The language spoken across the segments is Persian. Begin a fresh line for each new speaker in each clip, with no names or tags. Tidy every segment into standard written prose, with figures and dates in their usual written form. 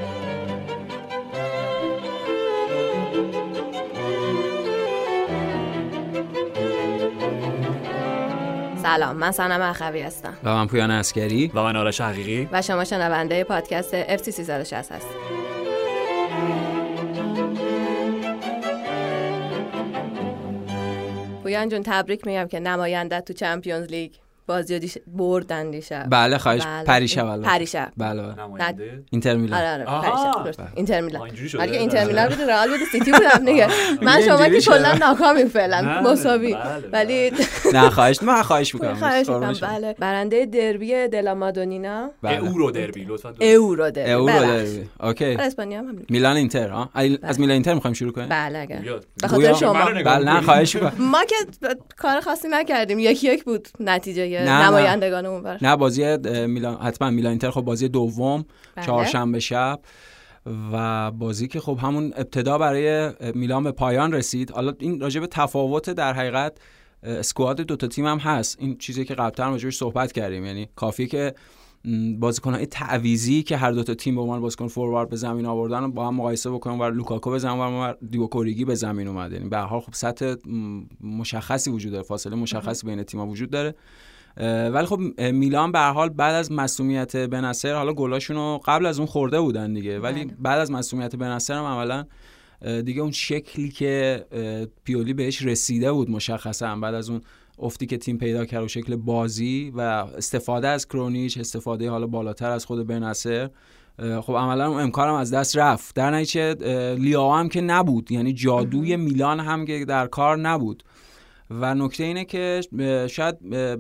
سلام، من صنم اخوی هستم
و من پویان عسکری
و من آرش حقیقی
و شما شنونده پادکست FC 360 هستید. پویان جون تبریک میگم که نماینده تو چمپیونز لیگ بازی بردن دیشب.
بله خواهش. پریشب بله
نماینده
اینتر میلان.
آره پریشب اینتر میلان. ولی اینتر میلان بود، رئال بود، سیتی بود دیگه. من شما که کلا ناکامیم فعلا مساوی. ولی
نه خواهش میکنم.
بله برنده دربی دلا مادونینا
اورو دربی لطفا.
اورو دربی
اوکی.
اسپانیا هم
میلان اینتر ها. از میلان اینتر میخوایم شروع کنیم.
بله اگر به خاطر شما.
بله نه خواهش میکنم.
ما که کار خاصی نکردیم، 1-1 بود نتیجه نمایندگان اونور.
نه بازی میلان حتما میلان اینتر خب بازی دوم چهارشنبه شب و بازی که خب همون ابتدا برای میلان به پایان رسید. حالا این راجع به تفاوت در حقیقت اسکواد دوتا تیم هم هست، این چیزی که قبلا راجعش صحبت کردیم، یعنی کافیه که بازیکن‌های تعویضی که هر دوتا تیم به عنوان بازیکن فوروارد به زمین آوردن با هم مقایسه بکنیم و لوکاکو به زمین و دیوکوریگی به زمین اومد، یعنی به هر حال خب سطح مشخصی وجود داره، فاصله مشخصی بین تیم‌ها وجود داره. ولی خب میلان به هر حال بعد از مسئولیت بنصر، حالا گلاشونو قبل از اون خورده بودن دیگه، ولی بعد از مسئولیت بنصر هم عملاً دیگه اون شکلی که پیولی بهش رسیده بود مشخصا بعد از اون افتی که تیم پیدا کرد و شکل بازی و استفاده از کرونیچ، استفاده حالا بالاتر از خود بنصر، خب عملا اون امکانم از دست رفت. در نتیجه لیاو هم که نبود، یعنی جادوی میلان هم که در کار نبود و نکته اینه که شاید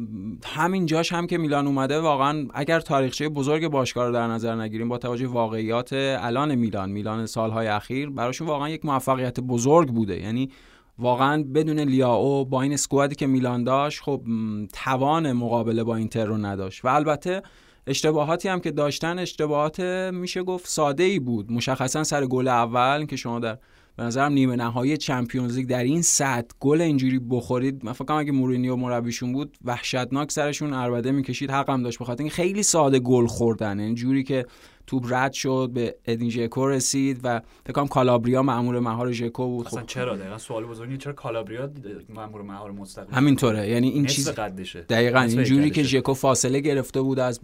همین جاش هم که میلان اومده واقعا اگر تاریخچه بزرگ باشگاه رو در نظر نگیریم با توجه واقعیات الان میلان سالهای اخیر براشون واقعا یک موفقیت بزرگ بوده، یعنی واقعا بدون لیاو با این اسکوادی که میلان داشت خب توان مقابله با اینتر رو نداشت و البته اشتباهاتی هم که داشتن اشتباهات میشه گفت ساده‌ای بود، مشخصا سر گل اول که شما در به نظرم نیمه نهایی چمپیونز لیگ در این سطح گل اینجوری بخورید، من فکر کنم اگه مورینیو مربیشون بود وحشتناک سرشون عربده میکشید، حقم داشت، بخاطر اینکه خیلی ساده گل خوردن، اینجوری که توپ رد شد به ادین ژکو رسید و فکر کنم کالابریا مأمور مهار ژکو بود.
اصلا چرا دقیقاً سوال بزرگی چرا کالابریا مأمور مهار مستقیم
همینطوره، یعنی این چیز
قدشه
دقیقاً اینجوری که ژکو فاصله گرفته بود از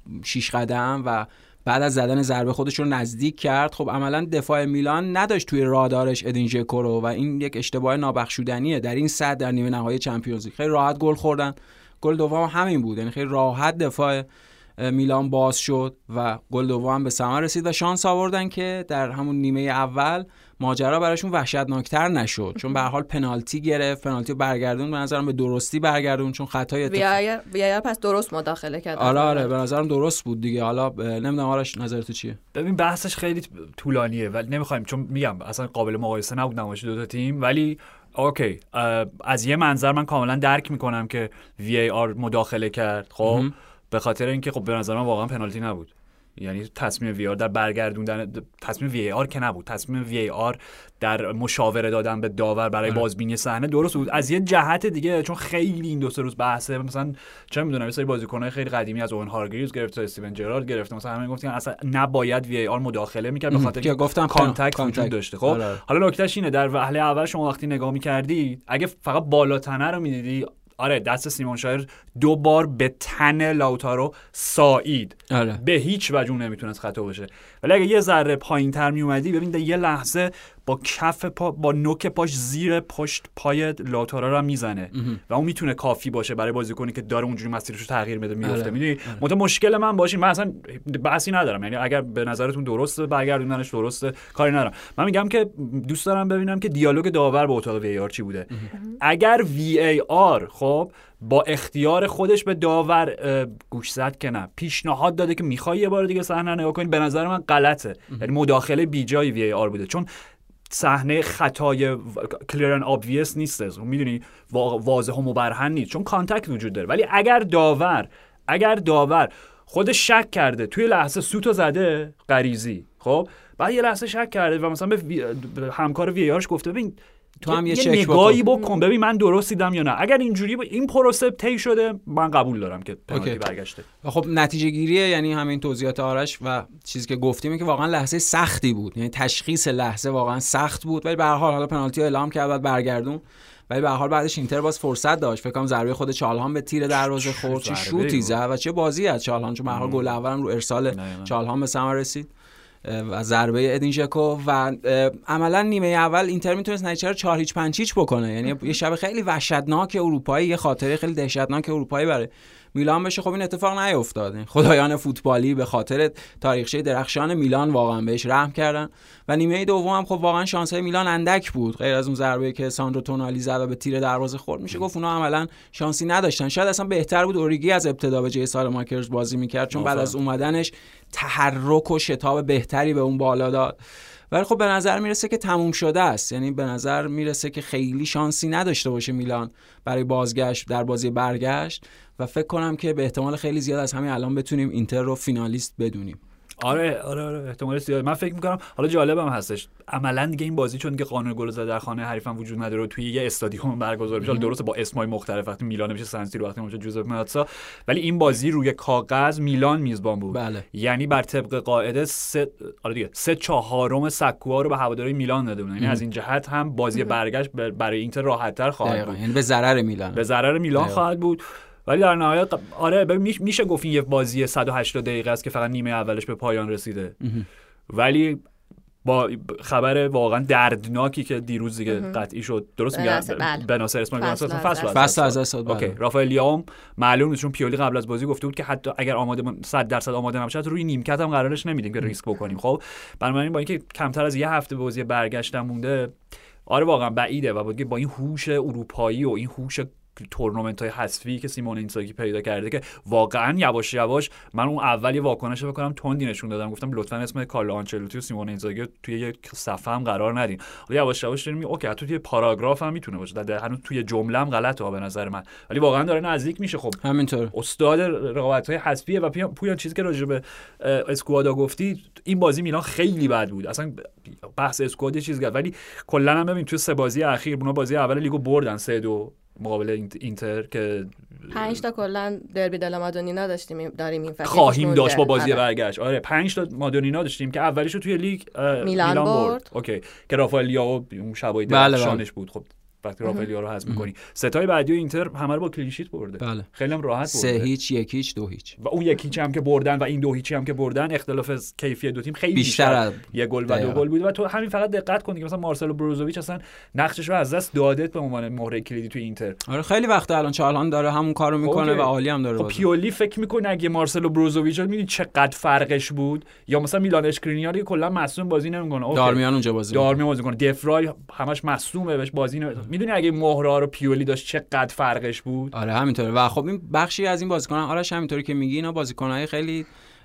6 قدم و بعد از زدن ضربه خودش رو نزدیک کرد، خب عملا دفاع میلان نداشت توی رادارش ادین ژکو رو و این یک اشتباه نابخشودنیه در این سطح در نیمه نهایی چمپیونز لیگ. خیلی راحت گل خوردن، گل دوم همین بود، یعنی خیلی راحت دفاع میلان باز شد و گل دوم به ثمر رسید و شانس آوردن که در همون نیمه اول ماجرا براشون وحشتناکتر نشد، چون به هر حال پنالتی گرفت، پنالتی رو برگردون، به نظرم به درستی برگردون، چون خطای
وی پس درست مداخله کرد.
آره به نظرم درست بود دیگه. حالا نمیدونم آرش نظر تو چیه؟
ببین بحثش خیلی طولانیه ولی نمیخوایم، چون میگم اصلا قابل مقایسه نبود نمایش دو تا تیم، ولی اوکی از یه منظر من کاملا درک میکنم که VAR مداخله کرد، خب به خاطر اینکه خب به نظر من واقعا پنالتی نبود، یعنی تصمیم VAR در برگردوندن، تصمیم VAR که نبود، تصمیم VAR در مشاوره دادن به داور برای بازبینی صحنه درست بود. از یه جهت دیگه چون خیلی این 2-3 روز بحثه، مثلا چه میدونم یه سری بازیکن‌های خیلی قدیمی از اون هارگریوز گرفت تا استیون جرارد گرفت، مثلا همین گفتن اصلا نباید VAR مداخله میکرد به خاطر
که گفتم
کانتکت وجود داشته. خب حالا نکتهش اینه در وهله اول شما وقتی نگاه می‌کردی اگه فقط بالاتنه رو می‌دیدی، آره دست سیمون شایر 2 بار به تن لاوتارو سایید، به هیچ وجه نمیتونست خطا باشه، ولی اگه یه ذره پایین‌تر میومدی ببین در یه لحظه با کف پا با نوک پاش زیر پشت پای لاوتارو رو میزنه و اون میتونه کافی باشه برای بازیکنی که داره اونجوری مسیرش رو تغییر بده میفته. میدونی مشکل من باشه، من اصلا بحثی ندارم، یعنی اگر به نظرتون درسته برگردوندنش درسته کاری ندارم، من میگم که دوست دارم ببینم که دیالوگ داور با اتاق وی آر چی بوده. اگر وی آر خب با اختیار خودش به داور گوش زد که نه پیشنهاد داده که میخوای یه بار دیگه صحنه نگاه کنی، به نظر من غلطه، یعنی مداخله بیجای وی آر بوده، چون صحنه خطای کلیر اند ابویس نیست، میدونی واضح و مبرهن نیست چون کانتکت وجود داره. ولی اگر داور خودش شک کرده توی لحظه سوتو زده غریزی، خب بعد یه لحظه شک کرده و مثلا به همکار وی آرش گفته ببین
تو هم
یه نگاهی بکن ببین من درست دیدم یا نه. اگر اینجوری این پروسه طی شده من قبول دارم که پنالتی برگشته.
خب نتیجه گیریه، یعنی همین توضیحات آرش و چیزی که گفتیم که واقعا لحظه سختی بود، یعنی تشخیص لحظه واقعا سخت بود، ولی به هر حال حالا پنالتی اعلام کرد بعد برگردون، ولی به هر حال بعدش اینتر باز فرصت داشت. فکر کنم ضربه خود چالهان به تیر دروازه خورد، چه شوتی زد و چه بازی از چالهان، چون به هر حال گل اولم رو ارسال چالهان به ثمر رسید و ضربه ادین ژکو و عملا نیمه اول اینتر میتونست نتیجه رو 4-5 بکنه. یعنی یه شب خیلی وحشتناک اروپایی، یه خاطره خیلی دهشتناک اروپایی برای میلان بشه. خب این اتفاق نیفتاد. خدایان فوتبالی به خاطر تاریخچه درخشان میلان واقعا بهش رحم کردن و نیمه دوم هم خب واقعا شانس‌های میلان اندک بود، غیر از اون ضربه‌ای که ساندرو تونالی زد و به تیر دروازه خورد. میشه گفت اونا عملا شانسی نداشتن. شاید اصلا بهتر بود اوریگی از ابتدا به جای سالماکرز بازی میکرد، چون بعد از اومدنش تحرک و شتاب بهتری به اون بالا داد. ولی خب به نظر میرسه که تموم شده است. یعنی به نظر میرسه که خیلی شانسی نداشته باشه میلان برای بازگشت در بازی برگشت و فکر کنم که به احتمال خیلی زیاد از همین الان بتونیم اینتر رو فینالیست بدونیم.
آره احتمال زیاد. من فکر می‌کنم حالا جالبم هستش عملاً دیگه این بازی چون دیگه قانون گل زدن در خانه حریفم وجود نداره و توی یه استادیوم برگزار میشه، درسته با اسمای مختلف، وقتی میلان میشه سن سیرو، وقتی میشه جوزپه مئاتزا، ولی این بازی روی کاغذ میلان میزبان بود.
بله.
یعنی بر طبق قاعده 3/4 سکوها رو به هواداری میلان داده بود. یعنی از این جهت هم بازی برگشت برای اینتر راحت‌تر خواهد بود.
یعنی به ضرر میلان
خواهد بود. ولی در نهایت آره میشه گفت این یه بازی 180 دقیقه است که فقط نیمه اولش به پایان رسیده. ولی با خبر واقعا دردناکی که دیروز دیگه قطعی شد، درست میگم، بناصر اسماعیل
فصل از اساس
اوکی، رافائل لیاو معلوم چون پیولی قبل از بازی گفته بود که حتی اگر 100% آماده نباشه روی نیمکت هم قرارش نمیدیم که ریسک بکنیم. خب بنابراین با اینکه کمتر از یه هفته بازی برگشتن مونده، آره واقعا بعیده و با این هوش اروپایی و این هوش تورنمنت‌های حذفی که سیمون اینزاگی پیدا کرده که واقعا یواش یواش من اون اولی واکنش بکنم تندی نشون دادم، گفتم لطفاً اسم کارلو آنچلوتی و سیمون اینزاگی توی یک صفحه هم قرار ندین. حالا یواش یواش داریم اوکی حتی توی پاراگراف هم میتونه باشه، در هنوز توی جمله هم غلطه به نظر من، ولی واقعا داره نزدیک میشه. خب
همینطور
استاد رقابت‌های حذفیه و پویا چیزی که راجع به اسکوادا گفتی، این بازی میلان خیلی بد بود، اصلا بحث اسکواد یه چیز ولی کلا هم ببین توی 3 بازی اخیر اونا بازی اول لیگو بردن 3-2 مقابل اینتر که
5 تا کلا دربی دلا مادونینا داشتیم، داریم این فصل
خواهیم داشت با بازی برگشت. آره 5 تا مادونینا داشتیم که اولیشو توی لیگ
میلان برد.
اوکی که رافائل لیاو اون شبای درخشانش بود. خب وقتی رافائل لیاو رو حذف می‌کنی، ستای بعدی اینتر همه رو با کلین شیت برده.
بله.
خیلی هم راحت برده.
3-0 1-0 2-0
و اون 1-0 هم که بردن و این 2-0 هم که بردن، اختلاف کیفیت دو تیم خیلی بیشتر یه گل و 2 گل بود و تو همین فقط دقت کن که مثلا مارسلو بروزوویچ اصلا نقشش رو از دست داده به عنوان مهره کلیدی توی اینتر.
آره خیلی وقت الان چالهان داره همون کارو میکنه و عالی هم داره.
خب پیولی فکر میکنه اگه مارسلو بروزوویچ رو می‌بینی چقدر فرقش بود، یا مثلا میلان اشکرینیار که کلا مصدوم بازی نمیکنه،
دارمیان اونجا بازی
میکنه، دفرای همش مصدومه بهش بازی نمیده. میدونی اگه مهره رو پیولی داشت چقدر فرقش بود.
آره همینطوره. و خب این بخشی از این بازیکنان آرش همینطوری که میگی اینا بازیکنای خیلی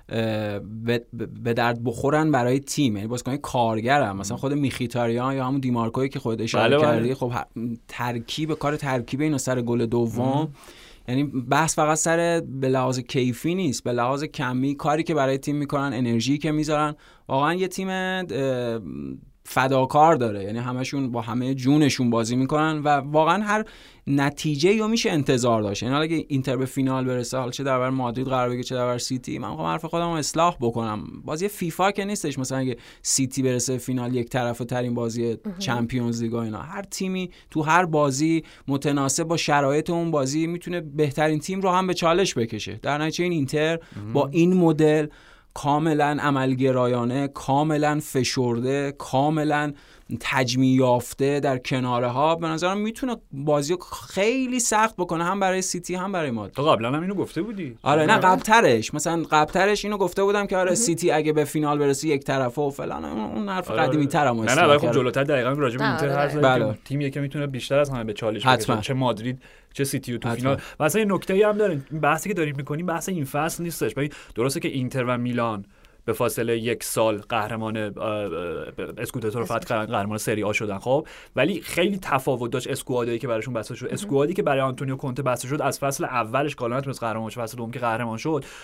به درد بخورن برای تیم، یعنی بازیکن کارگرن. مثلا خود میخیتاریان یا همون دیمارکوی که خودت اشاره کردی، خب کار ترکیب اینا سر گل دوم، یعنی بحث فقط سر به لحاظ کیفی نیست، به لحاظ کمی کاری که برای تیم میکنن، انرژی که میذارن، واقعا یه تیم فداکار داره. یعنی همشون با همه جونشون بازی میکنن و واقعا هر نتیجه رو میشه انتظار داشت. یعنی اگه اینتر به فینال برسه، حالا چه در برابر مادرید قرار بگیره چه در برابر سیتی، من میخوام حرف خودم رو اصلاح بکنم. بازی فیفا که نیستش مثلا اگه سیتی برسه فینال یک طرفه ترین بازی چمپیونز لیگ اینا. هر تیمی تو هر بازی متناسب با شرایط اون بازی میتونه بهترین تیم رو هم به چالش بکشه. در نتیجه این اینتر با این مدل کاملا عملگرایانه، کاملا فشرده، کاملا تجمیع یافته در کناره ها، به نظرم میتونه بازی خیلی سخت بکنه، هم برای سیتی هم برای مادرید.
تو قبلا هم اینو گفته بودی؟
آره نه قبلترش اینو گفته بودم که آره سیتی اگه به فینال برسه یک طرفه و فلان، اون حرف قدیمی ترم
نه ولی خب جلوتر دقیقاً راجع به اینتر حرف زدیم، تیمیه که میتونه بیشتر از همه به چالش بکشه، چه مادرید چه سیتی و تو فینال. واسه این نکته‌ای هم داریم، بحثی که داریم می‌کنیم بحث این فصل نیستش. ببین درسته که اینتر و میلان به فاصله 1 سال قهرمان اسکودتو رو فتح کردن، قهرمان سری آ شدن. خب ولی خیلی تفاوت داشت اسکوادایی که براشون بسته شد. اسکوادی که برای آنتونیو کونته بسته شد از فصل اولش کالا نتونست قهرمان شه، فصل دوم که قهرمان شد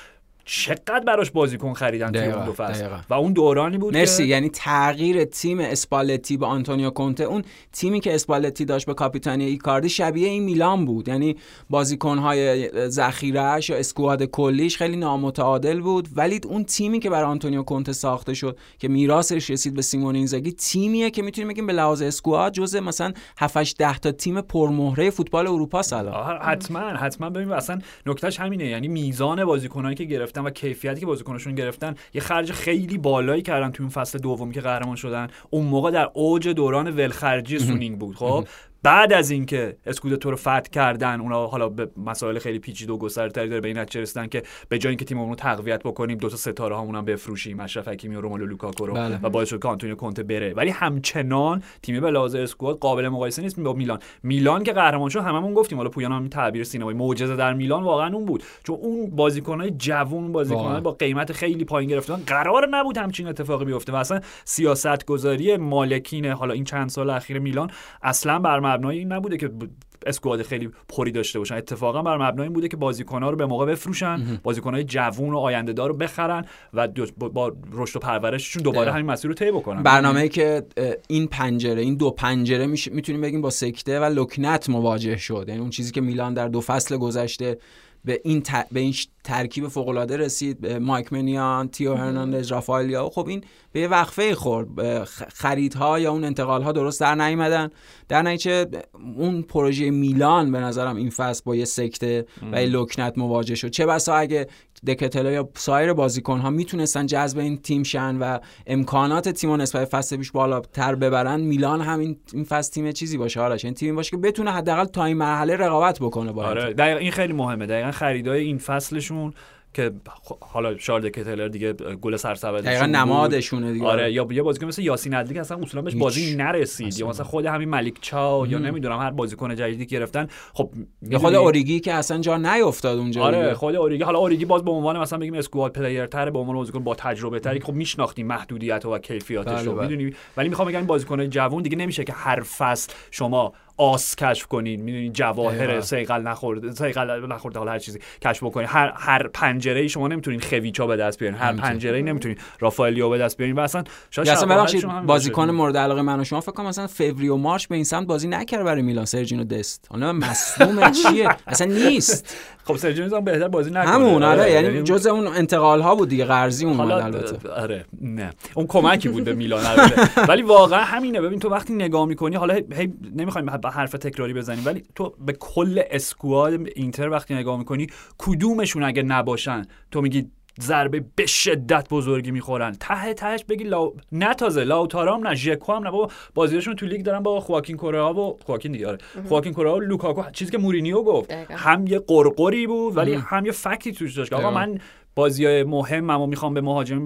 چقدر براش بازیکن خریدن توی اون 2 فصل و اون دورانی بود
مرسی. یعنی تغییر تیم اسپالتی به آنتونیو کونته، اون تیمی که اسپالتی داشت به کاپیتانی ایکاردی شبیه این میلان بود، یعنی بازیکن‌های ذخیره‌اش یا اسکواد کلیش خیلی نامتعادل بود، ولی اون تیمی که برای آنتونیو کونته ساخته شد که میراثش رسید به سیمون اینزاگی، تیمیه که میتونیم بگیم به لحاظ اسکواد جزء مثلا 7-8 تا تیم پرمهره فوتبال اروپا سلام.
حتما ببین اصلا نکتهش همینه، یعنی میزان بازیکنانی که گرفتن و کیفیتی که بازیکناشون گرفتن یه خرج خیلی بالایی کردن تو اون فصل دومی که قهرمان شدن. اون موقع در اوج دوران ولخرجی سونینگ بود. خب بعد از اینکه اسکودتو رو فتح کردن، اونا حالا به مسائل خیلی پیچیده و گسترده‌تری داره به این نتیجه رسیدن که به جای اینکه تیممون رو تقویت بکنیم 2 تا ستاره هامون هم بفروشیم، اشرف حکیمی و رومالو لوکاکو رو و باعث شد که آنتونیو کونته بره، ولی همچنان تیم به لحاظ اسکواد قابل مقایسه نیست با میلان که قهرمان شد. هممون گفتیم، حالا پویان هم تعبیر سینمایی معجزه در میلان واقعا اون بود، چون اون بازیکن‌های جوون، بازیکن‌های با قیمت خیلی پایین گرفتن، قرار نبود همچین اتفاقی بیفته و اصلا سیاست‌گذاری مالکین حالا این چند سال اخیر میلان اصلا بر مبنای این نبوده که اسکواد خیلی پری داشته باشن، اتفاقا بر مبنای این بوده که بازیکن‌ها رو به موقع بفروشن، بازیکن‌های جوون و آینده‌دار رو بخرن و با رشد و پرورششون دوباره همین مسیر رو طی بکنن.
برنامه‌ای که این 2 پنجره میتونیم بگیم با سکته و لکنت مواجه شد، یعنی اون چیزی که میلان در 2 فصل گذشته به این ترکیب فوق‌العاده رسید، مایک منیان، تیو هرناندز، رافائلیا، خب این به یه وقفه خورد، خریدها یا اون انتقال‌ها درست در نیامدن، در نتیجه اون پروژه میلان به نظرم این فصل با یه سکته و یه لکنت مواجه شد. چه بسا اگه دکتلا یا سایر بازیکن‌ها میتونستن جذب این تیم شن و امکانات تیمو نسبت فصل پیش بالاتر ببرن، میلان هم این فصل تیم چیزی باشه، آره این تیمی باشه که بتونه حداقل تا این مرحله رقابت بکنه با.
آره دقیقاً این خیلی مهمه، دقیقاً خریدای این فصلشون که حالا شارل دکتلر دیگه گل سرسبدشون
دقیقاً نمادشونه دیگه.
آره یا یه بازیکن مثل یاسین عدلی که اصلا اصولا بهش بازی نرسید، یا مثلا خود همین ملیک چاو یا نمیدونم هر بازیکن جدیدی گرفتن، خب
یا خود اوریگی که اصلا جا نیافتاد اونجا.
آره خود اوریگی، حالا اوریگی باز به عنوان مثلا بگیم اسکواد پلیر تر، به عنوان بازیکن با تجربه تری، خب میشناختیم محدودیت و کیفیاتش رو میدونی، ولی میخوام بگم این بازیکن‌های جوان دیگه نمیشه که هر فصل شما آس کشف کنین، میدونید جواهر صیقل نخورده حالا هر چیزی کشف بکنین، هر پنجره‌ای شما نمیتونین خویچا به دست بیارین، هر پنجره‌ای نمیتونین رافائلیو به دست بیارین و اصلا
شاید بازیکن مورد علاقه من و شما فکر کنم مثلا فوریه و مارچ به این سمت بازی نکرد برای میلان، سرجینو دست، حالا مصدوم چیه اصلا نیست.
خب سرجینو هم بهتر بازی نکنه
همون، آره یعنی جزء اون انتقال ها بود دیگه، قرضی اومد البته.
آره نه اون کمکی بود به میلان البته، ولی واقعا همینه. ببین تو وقتی نگاه می‌کنی، حالا هی نمی‌خوایم حرف تکراری بزنیم، ولی تو به کل اسکواد اینتر وقتی نگاه می‌کنی، کدومشون اگه نباشن تو میگی ضربه به شدت بزرگی میخورن، تهش بگی نه تازه لاوتارو هم نه ژکو هم نه، بابا بازیاشون تو لیگ دارن با خواکین کورئا و خواکین کورئا و لوکاکو، چیزی که مورینیو گفت هم یه قرقری بود ولی هم یه فکتی توش داشت. آقا من بازیای مهممو میخوام به مهاجم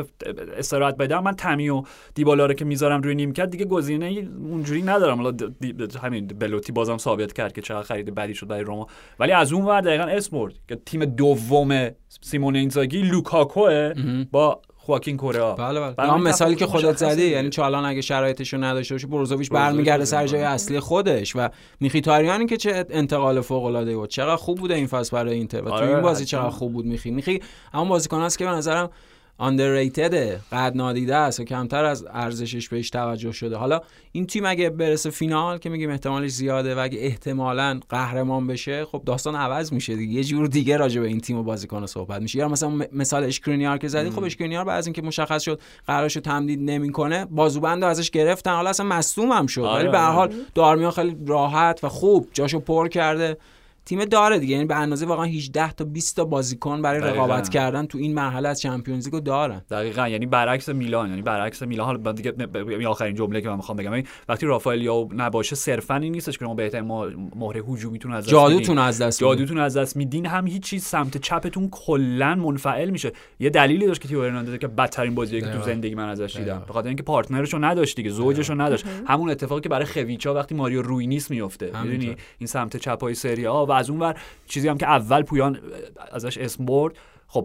استراحت بدم، من تامی و دیبالا رو که میذارم روی نیمکت دیگه گزینه اونجوری ندارم. حالا همین بلوتی بازم ثابت کرد که چقدر خرید بدی شد برای روما، ولی از اون ور دقیقاً اسم که تیم دوم سیمون اینزاگی لوکاکوه با خواکین کورئا.
بله هم مثالی که خودت زدی، یعنی چالان اگه شرایطشو نداشته باشه بروزوویچ برمیگرده سر جای اصلی خودش و میخیتاریانی که چه انتقال فوق العاده بود، چقدر خوب بوده این فصل برای اینتر و تو این بازی چقدر خوب بود. میخی همون بازیکن است که به نظرم underrated، قد نادیده است و کمتر از ارزشش بهش توجه شده. حالا این تیم اگه برسه فینال که میگیم احتمالش زیاده و اگه احتمالاً قهرمان بشه، خب داستان عوض میشه دیگه، یه جور دیگه راجع به این تیم و بازیکن صحبت میشه. یا مثلا مثال اشکرینیار که زدی، خب اشکرینیار بعد از اینکه مشخص شد قرارشو تمدید نمیکنه، بازوبند ازش گرفتن، حالا اصلا مصدوم هم شد، ولی به هر حال دارمیان خیلی راحت و خوب جاشو پر کرده. تیم داره دیگه، یعنی به اندازه واقعا 18 تا 20 تا بازیکن برای رقابت کردن تو این مرحله از چمپیونز لیگو دارن.
دقیقاً، یعنی برعکس میلان، حالا دیگه آخرین جمله که من میخوام بگم، وقتی رافائلیو نباشه صرفاً این نیستش که ما بهترین مهره هجومیتون از دست جادوتون از دست میدین، هم هیچ چیز سمت چپتون کلا منفعل میشه. یه دلیلی داشت که تیو هرناندز که بدترین بازیه که تو زندگی من ازش دیدم، به خاطر اینکه پارتنرشو نداشت دیگه، زوجشو نداشت. همون اتفاقی که برای خویچا وقتی ماریو روی نیست میفته، میدونی این سمت چپای سری آ. و از اون ور چیزی هم که اول پویان ازش اسم برد، خب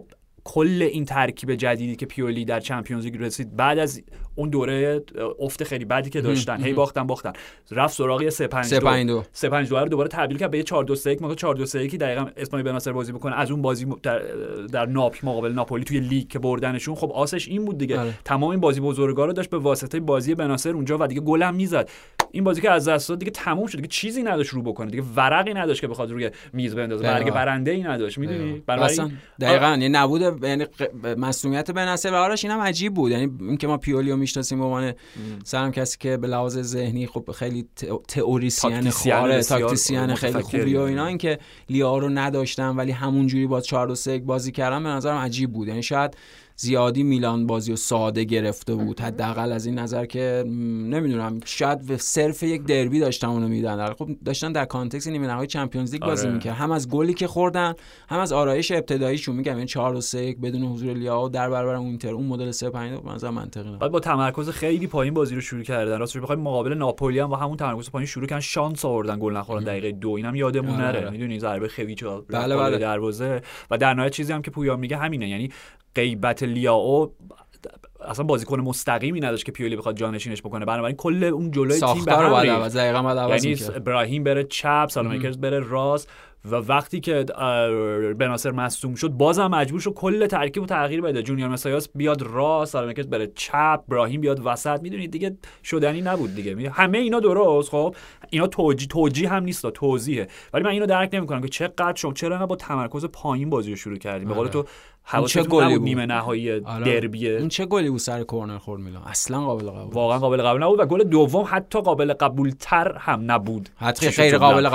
کل این ترکیب جدیدی که پیولی در چمپیونز لیگ رسید بعد از اون دوره افت خیلی بعدی که داشتن، هی باختن رفت سراغ 3-5-2 رو دوباره تبدیل کرد به 4-2-3-1. موقع 4-2-3-1 دقیقاً اسماعیل بناصر بازی بکنه از اون بازی در ناپی مقابل ناپولی توی لیگ که بردنشون. خب آسش این بود دیگه، تمام این بازی بزرگا رو داشت به واسطه بازی بناصر اونجا و دیگه گل هم میزد. این بازی که از دست داد دیگه تموم شد، دیگه چیزی نداشت رو بکنه، دیگه ورقی نداشت که بخواد روی میز بندازه، برگ برنده‌ای نداشت، میدونی.
اصلا دقیقاً یعنی نبود، یعنی مسئولیت بناصر و آرش اینم عجیب بود. یعنی اینکه ما پیولیو میشناسیم به عنوان سرم کسی که به لحاظ ذهنی خب خیلی تئوریسین خاره، تاکتیسین خیلی خوبی و اینا، اینکه لیاو رو نداشتن ولی همونجوری با 4-2-3-1 بازی کردن به نظرم عجیب بود. یعنی شاید زیادی میلان بازی رو ساده گرفته بود، حداقل از این نظر که نمیدونم شاید صرف یک دربی داشتن اونو میدن. خب داشتن در کانتکست نیمه نهایی چمپیونز لیگ بازی میکردن، هم از گلی که خوردن هم از آرایش ابتداییشون. میگم این 4-2-3-1 بدون حضور لیاو در برابر اینتر، اون مدل 3-5-2 مثلا منطقی نبود.
با تمرکز خیلی پایین بازی رو شروع کردن. راستش بخوایم مقابل ناپولی هم با همون تمرکز پایین شروع کردن، شانس آوردن گل نخوردن دقیقه 2. اینم یادمون نره، میدونی ضربه خویچ
بله
دروازه و در نهایت چیزی هم که پویان میگه همینه، یعنی غیبت لیاو اصلا بازیکن مستقیمی نداشت که پیولی بخواد جانشینش بکنه، بنابراین کل اون جلوی تیم به هم ریخت. یعنی ابراهیم بره چپ، سالومیکرز بره راست و وقتی که بناصر مصدوم شد بازم مجبور شد کل ترکیبو تغییر بده. جونیور مسایاس بیاد راست، سالومیکرز بره چپ، ابراهیم بیاد وسط. میدونید دیگه شدنی نبود دیگه. همه اینا درست، خب اینا توجیه هم نیست، توضیحه، ولی من اینو درک نمی‌کنم که چقدر چرا با تمرکز پایین بازی رو شروع کردیم. به قول تو حواستون نبود نیمه نهایی دربیه.
این چه گلی بود سر کورنر خورد میلان، اصلا قابل قبول،
واقعا قابل قبول نبود و گل دوم حتی قابل قبول‌تر هم نبود،
حتی غیر قابل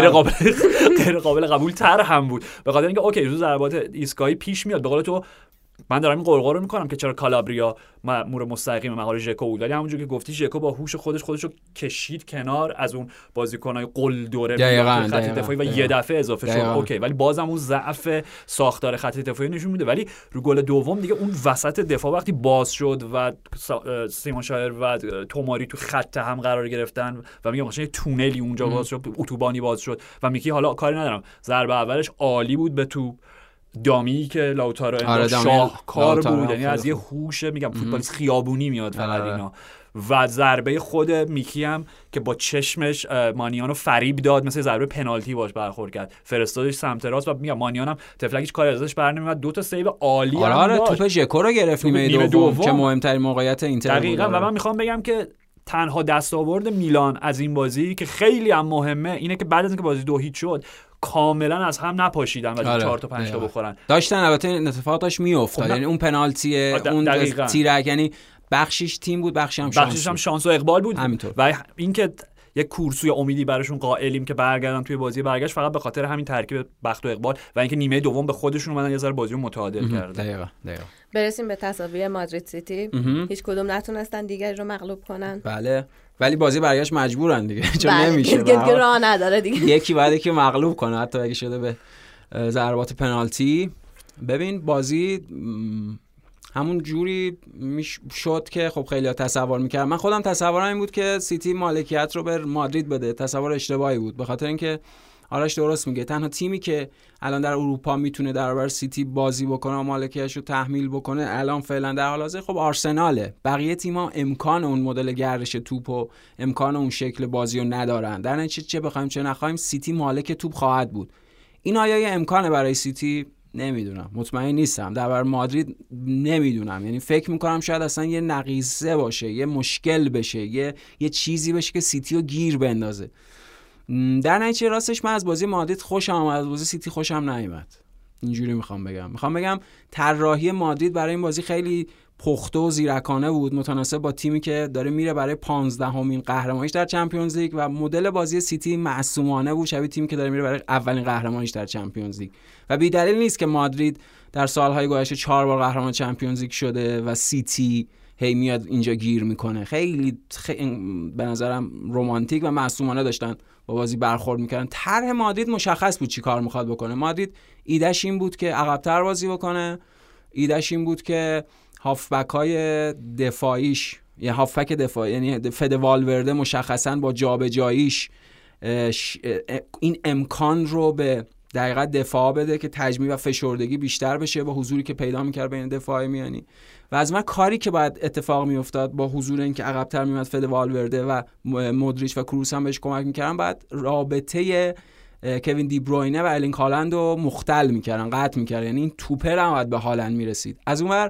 قبول‌تر هم بود، به خاطر اینکه اوکی رو ضربات ایستگاهی پیش میاد. به قول تو من دارم این قرقر رو میکنم که چرا کالابریا مأمور مستقیم مهار ژکو بود، ولی همونجوری که گفتی ژکو با هوش خودش رو کشید کنار از اون بازیکنای قل دوره خط دفاعی و یه دفعه اضافه شد. اوکی، ولی بازم اون ضعف ساختار خط دفاعی نشون میده. ولی رو گل دوم دیگه اون وسط دفاع وقتی باز شد و سیمون شایر و توماری تو خط هم قرار گرفتن و میگم مثلا یه تونلی اونجا باز شد، اتوبانی باز شد و میکی حالا کاری ندارم ضربه اولش عالی بود به توپ، دامی که لاوتارو شاهکار بود، یعنی از یه هوش میگم فوتبالیست خیابونی میاد فقط اینا. و ضربه خود میکی هم که با چشمش مانیانو فریب داد، مثل ضربه پنالتی باش برخورد کرد، فرستادش سمت راست و میگم مانیان هم تفلک هیچ کاری ازش برنمیاد. دو تا سیو عالی
هم داشت. توپ ژکو رو گرفت نیمه دوم که مهمترین موقعیت اینتر
دقیقاً. و من میخوام بگم که تنها دستاورد میلان از این بازی که خیلی هم مهمه اینه که بعد از اینکه بازی 2-0 شد کاملا از هم نپاشیدن و 4 تا 5 تا بخورن.
داشتن البته این اتفاق داشت میافتاد، یعنی اون پنالتی اون تیرک، یعنی بخشش تیم بود، بخشش هم
شانس و اقبال بود
همینطور.
و اینکه یک کورسوی امیدی براشون قائلیم که برگردن توی بازی برگشت فقط به خاطر همین ترکیب بخت و اقبال و اینکه نیمه دوم به خودشون اومدن یه ذره بازی رو متعادل کردن.
دقیقاً.
برسیم به تساوی مادرید سیتی. هیچ کدوم نتونستن دیگری رو مغلوب کنن.
بله، ولی بازی برگشت مجبورن دیگه، چون نمیشه
دیگه راه نداره دیگه.
یکی بعد که مغلوب کنه حتی اگه شده به ضربات پنالتی. ببین بازی همون جوری شد که خب خیلی‌ها تصور می‌کردن. من خودم تصورم این بود که سیتی مالکیت رو به مادرید بده. تصور اشتباهی بود، به خاطر اینکه آرش درست میگه، تنها تیمی که الان در اروپا میتونه در برابر سیتی بازی بکنه و مالکیتش رو تحمیل بکنه الان فعلا در حال حاضر خب آرسناله. بقیه تیم‌ها امکان اون مدل گردش توپ و امکان اون شکل بازی رو ندارن. در نتیجه چه بخوایم چه نخوایم سیتی مالک توپ خواهد بود. این آیا یه امکانه برای سیتی؟ نمیدونم، مطمئن نیستم. در برابر مادرید نمیدونم، یعنی فکر میکنم شاید اصلا یه نقیصه باشه، یه مشکل بشه، یه چیزی بشه که سیتی رو گیر بندازه. در نتیجه راستش من از بازی مادرید خوشم اومد، از بازی سیتی خوشم نیومد. اینجوری میخوام بگم طراحی مادرید برای این بازی خیلی پخته و زیرکانه بود، متناسب با تیمی که داره میره برای 15مین قهرمانیش در چمپیونز لیگ و مدل بازی سیتی معصومانه بود، شبیه تیمی که داره میره برای اولین قهرمانیش در چمپیونز لیگ. و بی دلیل نیست که مادرید در سالهای گذشته 4 بار قهرمان چمپیونز لیگ شده و سیتی هی میاد اینجا گیر میکنه. خیلی به نظرم رمانتیک و معصومانه داشتن با بازی برخورد میکردن. طرح مادرید مشخص بود چی کار میخواد بکنه. مادرید ایدهش این بود که عقب‌تر بازی بکنه، ایدهش این بود که هافبک های دفاعیش، یعنی هافبک دفاعی یعنی فد والورده مشخصاً با جابجاییش این امکان رو به دقیقاً دفاع بده که تجمیع و فشردگی بیشتر بشه با حضوری که پیدا می‌کرد بین دفاع میانی. و از من کاری که باید اتفاق میافتاد با حضور این که عقب‌تر میومد فد والورده و مودریچ و کروس هم بهش کمک می‌کردن، بعد رابطه کوین دی بروینه و ارلینگ هالند رو مختل می‌کردن، قطع می‌کردن، یعنی این توپر هم باید به هالند میرسید. از اونور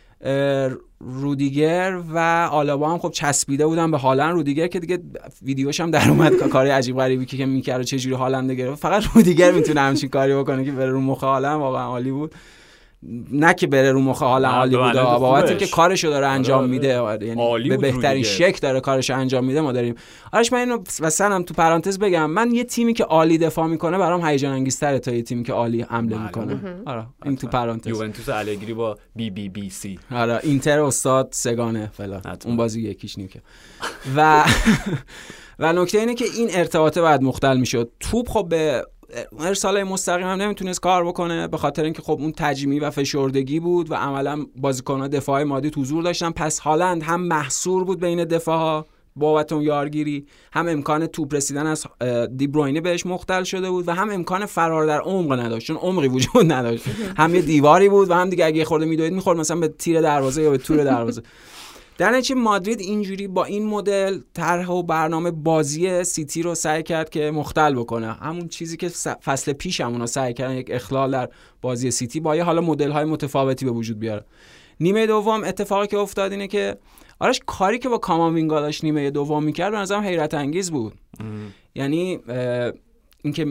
رودیگر و آلابا هم خب چسبیده بودن به هالند. رودیگر که دیگه ویدیوش هم در اومد کاری عجیب غریبی که می‌کرد چه جوری هالند گرفت، فقط رودیگر میتونه همچین کاری بکنه که بره رو مخ هالند. واقعا عالی بود، نه که بره رو مخ هالند عالی بود، بابت که کارشو داره انجام میده، یعنی به بهترین شکل داره کارشو انجام میده. ما داریم آرش، من اینو مثلا تو پرانتز بگم، من یه تیمی که عالی دفاع میکنه برام هیجان انگیزتره تا یه تیمی که عالی حمله میکنه. آره این تو پرانتز.
یوونتوس الگری با BBBC،
آره اینتر استاد سگانه فلان، اون بازی یکیش نیمه و نکته اینه که این ارتباطه بعد مختل میشد. توپ خب به ارسال مستقیم هم نمیتونست کار بکنه به خاطر اینکه خب اون تجمیع و فشردگی بود و عملا بازیکن‌ها دفاع مادی حضور داشتن. پس هالند هم محصور بود بین دفاع‌ها بابت اون یارگیری، هم امکان توپ رسیدن از دی بروینه بهش مختل شده بود و هم امکان فرار در عمق نداشت، چون عمقی وجود نداشت. هم یه دیواری بود و هم دیگه اگه خورده میدوید میخورد مثلا به تیر دروازه یا به تور دروازه. در نتیجه مادرید اینجوری با این مدل طرح و برنامه بازی سیتی رو سعی کرد که مختل بکنه، همون چیزی که فصل پیش همونا سعی کردن، یک اخلال در بازی سیتی با یه حالا مدل‌های متفاوتی به وجود بیاره. نیمه دوم اتفاقی که افتاد اینه که آرش کاری که با کاماوینگا داشت نیمه دوم می‌کرد به نظرم حیرت انگیز بود. یعنی اینکه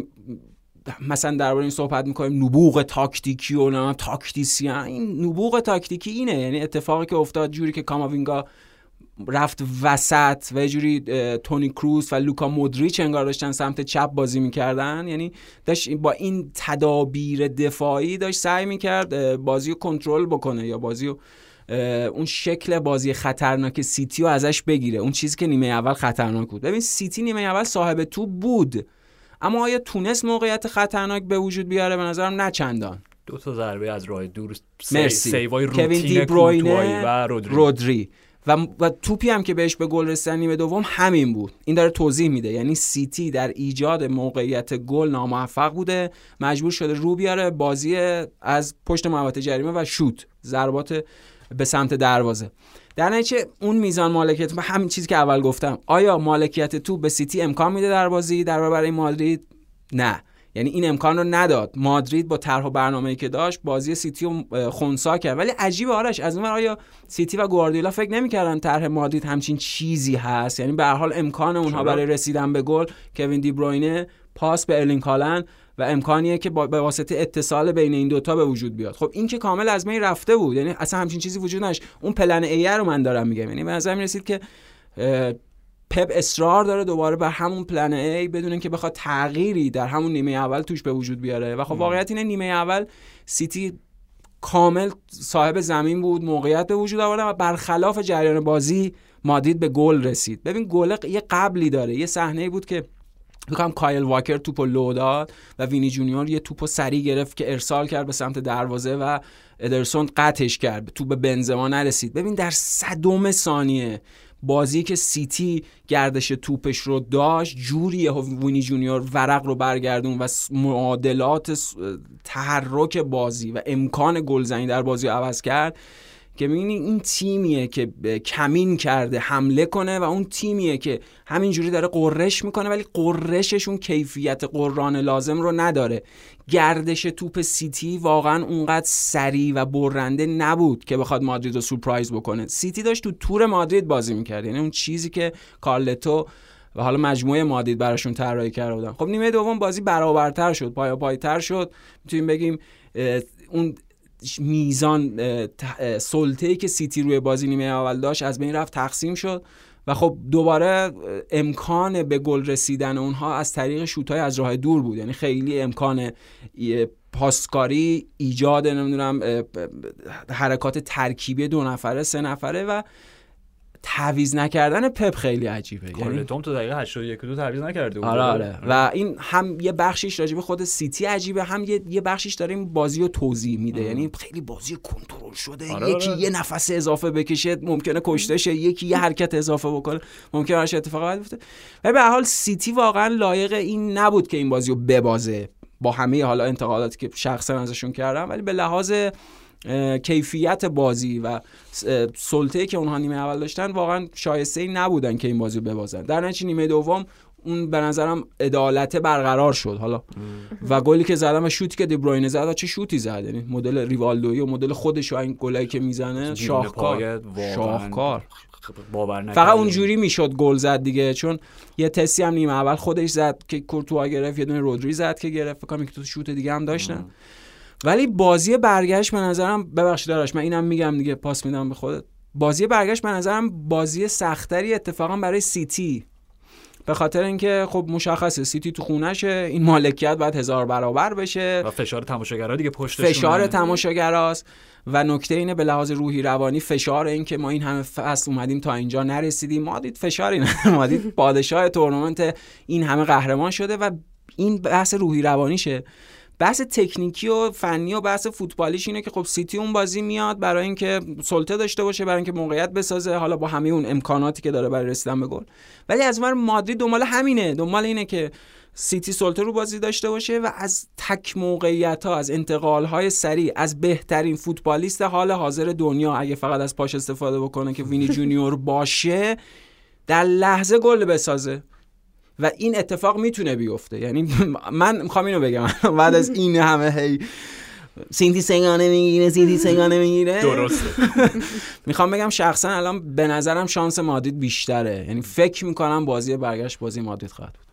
مثلا درباره این صحبت می‌کنیم نبوغ تاکتیکی و نه تاکتیسیان، این نبوغ تاکتیکی اینه، یعنی اتفاقی که افتاد جوری که کاماوینگا رفت وسط و یه جوری تونی کروس و لوکا مودریچ انگار داشتن سمت چپ بازی می‌کردن، یعنی داشت با این تدابیر دفاعی داشت سعی می‌کرد بازی رو کنترل بکنه یا بازی رو اون شکل بازی خطرناک سیتی رو ازش بگیره، اون چیزی که نیمه اول خطرناک بود. ببین سیتی نیمه اول صاحب توپ بود، اما آیا تونست موقعیت خطرناک به وجود بیاره؟ به نظرم نه چندان.
2 ضربه از راه دور،
سیوای روتین کوتوایی و رودری و توپی هم که بهش به گل رسیدن نیمه دوم همین بود. این داره توضیح میده، یعنی سیتی در ایجاد موقعیت گل ناموفق بوده، مجبور شده رو بیاره بازی از پشت محوطه جریمه و شوت، ضربات به سمت دروازه. در نتیجه اون میزان مالکیت، همین چیزی که اول گفتم، آیا مالکیت توپ به سیتی امکان میده در بازی در برابر مادرید؟ نه، یعنی این امکان رو نداد. مادرید با طرح و برنامه‌ای که داشت بازی سیتی رو خنثی کرد. ولی عجیبه آرش، از اون ور آیا سیتی و گواردیولا فکر نمی‌کردن طرح مادرید همچین چیزی هست؟ یعنی به هر حال امکان اونها برای رسیدن به گل، کوین دی بروینه پاس به ارلینگ هالند و امکانیه که به واسطه اتصال بین این دوتا به وجود بیاد. خب این که کامل از بین رفته بود، یعنی اصلا همچین چیزی وجود نداشت. اون پلن ای رو من دارم میگم، یعنی به نظر میرسید که پپ اصرار داره دوباره بر همون پلن ای بدون اینکه بخواد تغییری در همون نیمه اول توش به وجود بیاره. و خب واقعیت اینه نیمه اول سیتی کامل صاحب زمین بود، موقعیت به وجود آورد و برخلاف جریان بازی مادرید به گل رسید. ببین گل یه قبلی داره، یه صحنه‌ای بود که میگم کایل واکر توپو لو داد و وینی جونیور یه توپو سری گرفت که ارسال کرد به سمت دروازه و ادرسون قطعش کرد، توپ به بنزما نرسید. ببین در 100 ثانیه بازی که سیتی گردش توپش رو داشت، جوری وینی جونیور ورق رو برگردون و معادلات تحرک بازی و امکان گلزنی در بازی عوض کرد که می‌بینی این تیمیه که کمین کرده حمله کنه و اون تیمیه که همینجوری داره قررش میکنه ولی قررششون کیفیت قرران لازم رو نداره. گردش توپ سیتی واقعا اونقدر سریع و برنده نبود که بخواد مادرید رو سورپرایز بکنه. سیتی داشت تو تور مادرید بازی میکرد، یعنی اون چیزی که کارلتو و حالا مجموعه مادرید براشون طراحی کرده بودن. خب نیمه دوم بازی برابرتر شد، پای‌تر شد، میتونیم بگیم اون میزان سلطه‌ای که سیتی روی بازی نیمه اول داشت از بین رفت، تقسیم شد و خب دوباره امکان به گل رسیدن اونها از طریق شوت‌های از راه دور بود. یعنی خیلی امکان پاسکاری، ایجاد نمیدونم حرکات ترکیبی 2 نفره 3 نفره و تعویض نکردن پپ خیلی عجیبه.
یعنی توم تو دقیقه 81 و 2 تعویض نکرده بود.
آره. و این هم یه بخشیش راجع به خود سیتی عجیبه، هم یه بخشیش داره این بازی رو توضیح میده. یعنی خیلی بازی کنترل شده. یکی یه نفس اضافه بکشه ممکنه کشته شه، یکی یه حرکت اضافه بکنه ممکنه براش اتفاقات بیفته. ولی به هر حال سیتی واقعا لایق این نبود که این بازی رو ببازه با همه حالا انتقاداتی که شخصا ازشون کردم، ولی به لحاظ کیفیت بازی و سلطه‌ای که اونها نیمه اول داشتن واقعا شایسته نبودن که این بازی رو ببازن. در نتیجه نیمه دوم اون به نظرم عدالت برقرار شد حالا و گلی که زدم و شوتی که دیبروینه زد، چه شوتی زد، یعنی مدل ریوالدویی و مدل خودش و این گلایی که میزنه شاهکار. فقط اونجوری میشد گل زد دیگه، چون یه تسی هم نیمه اول خودش زد که کورتوا گرفت، یه دونه رودری زد که گرفت، فکر کنم یک تا شوت دیگه هم داشتن. ولی بازی برگشت به نظرم، ببخشید داراش من اینم میگم دیگه پاس میدم به خودت، بازی برگشت به نظرم بازی سختری اتفاقا برای سیتی، به خاطر اینکه خب مشخصه سیتی تو خونه‌شه، این مالکیت باید 1000 برابر بشه
و فشار تماشاگرها دیگه پشتشونه،
فشار تماشاگراست و نکته اینه به لحاظ روحی روانی فشار این که ما این همه فصل اومدیم تا اینجا نرسیدیم، ما دید فشاری نداریم، ما دید پادشاه تورنمنت این همه قهرمان شده و این بحث روحی روانیشه. بحث تکنیکی و فنی و بحث فوتبالیش اینه که خب سیتی اون بازی میاد برای اینکه سلطه داشته باشه، برای اینکه موقعیت بسازه، حالا با همه اون امکاناتی که داره برای رسیدن به گل. ولی از اون مادرید دنبال همینه، دنبال اینه که سیتی سلطه رو بازی داشته باشه و از تک موقعیت‌ها، از انتقال‌های سریع، از بهترین فوتبالیست حال حاضر دنیا اگه فقط از پاش استفاده بکنه که وینی جونیور باشه، در لحظه گل بسازه و این اتفاق میتونه بیفته. یعنی من میخوام اینو بگم بعد از این همه هی سینتی سنگانه میگیره
درسته
میخوام بگم شخصا الان به نظرم شانس مادرید بیشتره، یعنی فکر میکنم بازی برگشت بازی مادرید خواهد بود.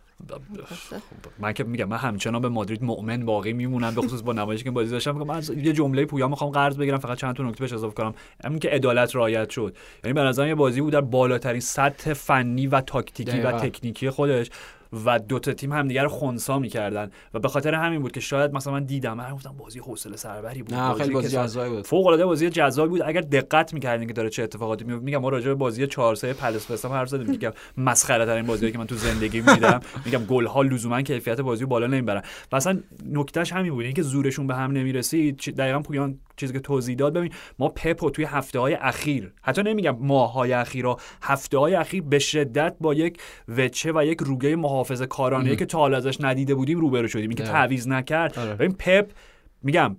من که میگم من همچنان به مادرید مؤمن باقی میمونم، به خصوص با نمایشی که بازی داشتم. من یه جمله پویا میخوام قرض بگیرم، فقط چند تا نکته بهش اضافه کنم، همین که عدالت رعایت شد. یعنی به نظر یه بازی بود در بالاترین سطح فنی و تاکتیکی و تکنیکی خودش و دو تا تیم همدیگه رو خنثی می‌کردن و به خاطر همین بود که شاید مثلا من دیدم، من گفتم بازی حوصله سربری بود،
نه خیلی بازی جذابی بود،
فوق العاده بازی جذابی بود. اگر دقت می‌کردین که داره چه اتفاقاتی میفته. میگم ما راجع به بازی 4-3 پالاس پستام حرف زدیم که مسخره ترین بازیه که من تو زندگی دیدم. میگم گل‌ها لزوما کیفیت بازی رو بالا نمیبرن. مثلا نکتهش همین بود، اینکه زورشون به هم نمیرسید. دقیقاً پویان چیزی که توضیح داد، ببین ما پپو توی هفته‌های اخیر، حتی نمیگم ماه‌های اخیر، هفته‌های اخیر به شدت با یک وچه و یک روگه محافظه‌کارانه که تا حالا ازش ندیده بودیم روبرو شدیم. این که تعویض نکرد. ببین پپ میگم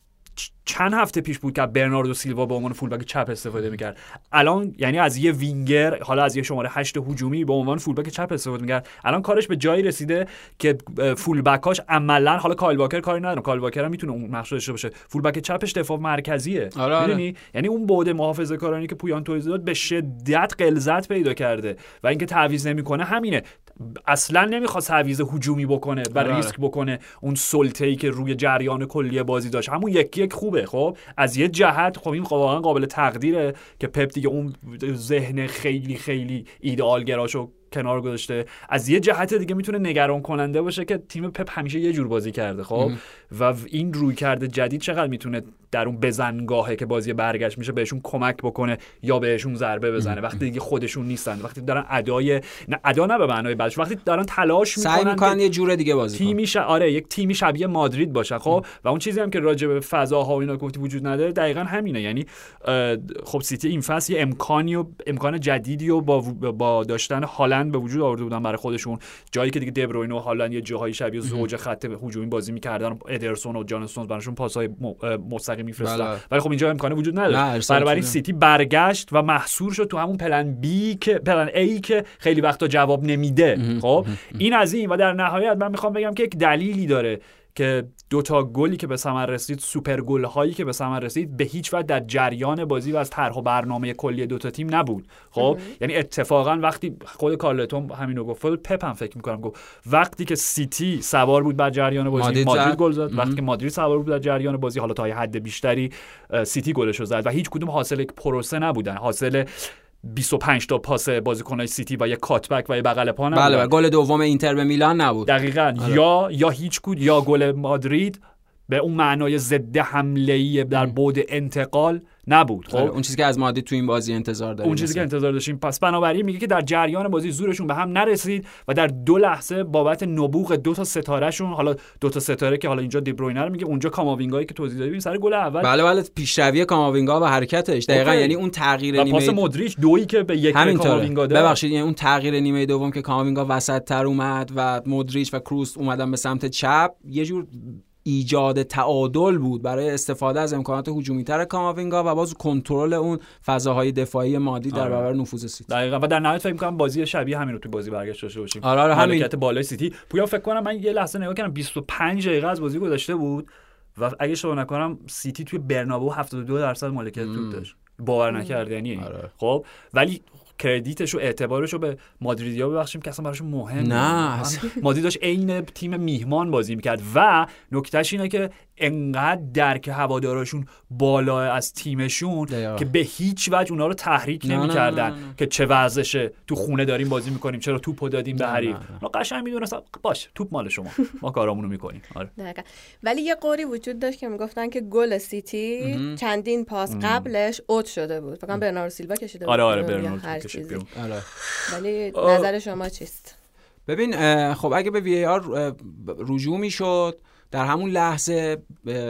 چند هفته پیش بود که برناردو سیلوا به عنوان فولبک چپ استفاده میکرد. الان یعنی از یه وینگر، حالا از یه شماره 8 هجومی به عنوان فولبک چپ استفاده میکرد. الان کارش به جایی رسیده که فولبکاش عملاً، حالا کایل واکر کاری ندارم، کایل واکر هم میتونه اون نقش داشته باشه، فولبک چپش دفاع مرکزیه. میدونی یعنی اون بعد محافظه‌کارانه که پویان توضیح داد به شدت غلظت پیدا کرده و اینکه تعویض نمیکنه همینه. اصلا نمیخواد تعویض هجومی بکنه و ریسک بکنه اون سلطه‌ای که روی جریان کلی بازی داشت. همون یک خوبه. خب از یه جهت خب این واقعا قابل تقدیره که پپ دیگه اون ذهن خیلی خیلی ایدئالگراشو کنار گذاشته. از یه جهت دیگه میتونه نگران کننده باشه که تیم پپ همیشه یه جور بازی کرده. خب و این روی کرده جدید چقدر میتونه در اون بزنگاهه که بازی برگشت میشه بهشون کمک بکنه یا بهشون ضربه بزنه وقتی دیگه خودشون نیستن، وقتی دارن ادا نه به معنای بعدش، وقتی دارن تلاش
میکنن یه جور دیگه بازی
تیمی یک تیمی شبیه مادرید باشه. خب و اون چیزی هم که راجع به فضاها و اینا گفتی وجود نداره دقیقاً همینه. یعنی خب سیتی این فصل یه امکان جدیدی و با داشتن هالند به وجود آورده بودن برای خودشون، جایی که دیگه دبروینه و هالند یه جاهای شبیه زوج خط هجومی بازی می‌کردن، ادرسون و جان استونز براشون پاس‌های مستقیم می‌فرستادن، ولی خب اینجا امکان وجود نداره. برای سیتی برگشت و محصور شد تو همون پلن ای که خیلی وقتا جواب نمیده. خب این از این و در نهایت من میخوام بگم که یک دلیلی داره که دوتا گلی که به ثمر رسید، سوپر گل هایی که به ثمر رسید، به هیچ وجه در جریان بازی و از طرح و برنامه کلی دوتا تیم نبود. خب یعنی اتفاقا وقتی خود کارلتون همینو گفت، پپ هم فکر می‌کنم گفت، وقتی که سیتی سوار بود بر جریان بازی مادرید گل زد، وقتی که مادرید سوار بود در جریان بازی حالا تا یه حد بیشتری سیتی گلشو زد و هیچ کدوم حاصل یک پروسه نبودن، حاصل 25 تا پاس بازیکن‌های سیتی و یک کاتبک و یک بغل پا نبود.
بله و گل دوم اینتر به میلان نبود
دقیقاً. یا هیچ کود یا گل مادرید به اون معنای ضد حمله‌ای در بعد انتقال نبود. خب
اون چیزی که از مادرید تو این بازی انتظار داشتیم،
اون چیزی که انتظار داشتیم. پس بنابراین میگه که در جریان بازی زورشون به هم نرسید و در 2 لحظه بابت نبوغ 2 تا ستارهشون، حالا 2 تا ستاره که حالا اینجا دیبروینه رو میگه، اونجا کاماوینگایی که توضیح دادیم سر گل اول.
بله پیشروی کاماوینگا و حرکتش دقیقاً، یعنی اون تغییر نیمه
پاس مودریچ دویی که به یک کاماوینگا داد.
ببخشید یعنی اون تغییر نیمه دوم که کاماوینگا وسط‌تر اومد و مودریچ و کروس اومدن به سمت چپ، یه جور ایجاد تعادل بود برای استفاده از امکانات هجومی‌تر کاماوینگا و باز کنترل اون فضاهای دفاعی مادی در برابر نفوذ سیتی.
دقیقاً. و در نهایت فکر می‌کنم بازی شبیه همین رو تو بازی برگشت داشته باشیم.
حرکت
بالای سیتی. پویا فکر کنم من یه لحظه نگاه کردم 25 دقیقه از بازی گذشته بود و اگه اشتباه نکنم سیتی توی برنابئو 72% مالکیت توپ داشت. باور نکردنیه. خب ولی کردیتش و اعتبارش رو به مادریدیا ببخشیم که اصلا براشون مهم
نه.
مادرید داشت عین تیم میهمان بازی میکرد و نکتهش اینه که انقدر درک هواداراشون بالا از تیمشون که به هیچ وجه اونا رو تحریک نمی‌کردن که چه وضعشه، تو خونه داریم بازی میکنیم، چرا توپو دادیم به حریف. اونا قشنگ میدونستن باشه توپ مال شما، ما کارامونو میکنیم. آره.
ولی یه قوری وجود داشت که میگفتن که گل سیتی چندین پاس قبلش اوت شده بود، فقط برناردو سیلوا کشیده بود.
آره برناردو کشید بیرون.
ولی نظر شما چیست؟
ببین خب اگه به وی آر رجوع میشد در همون لحظه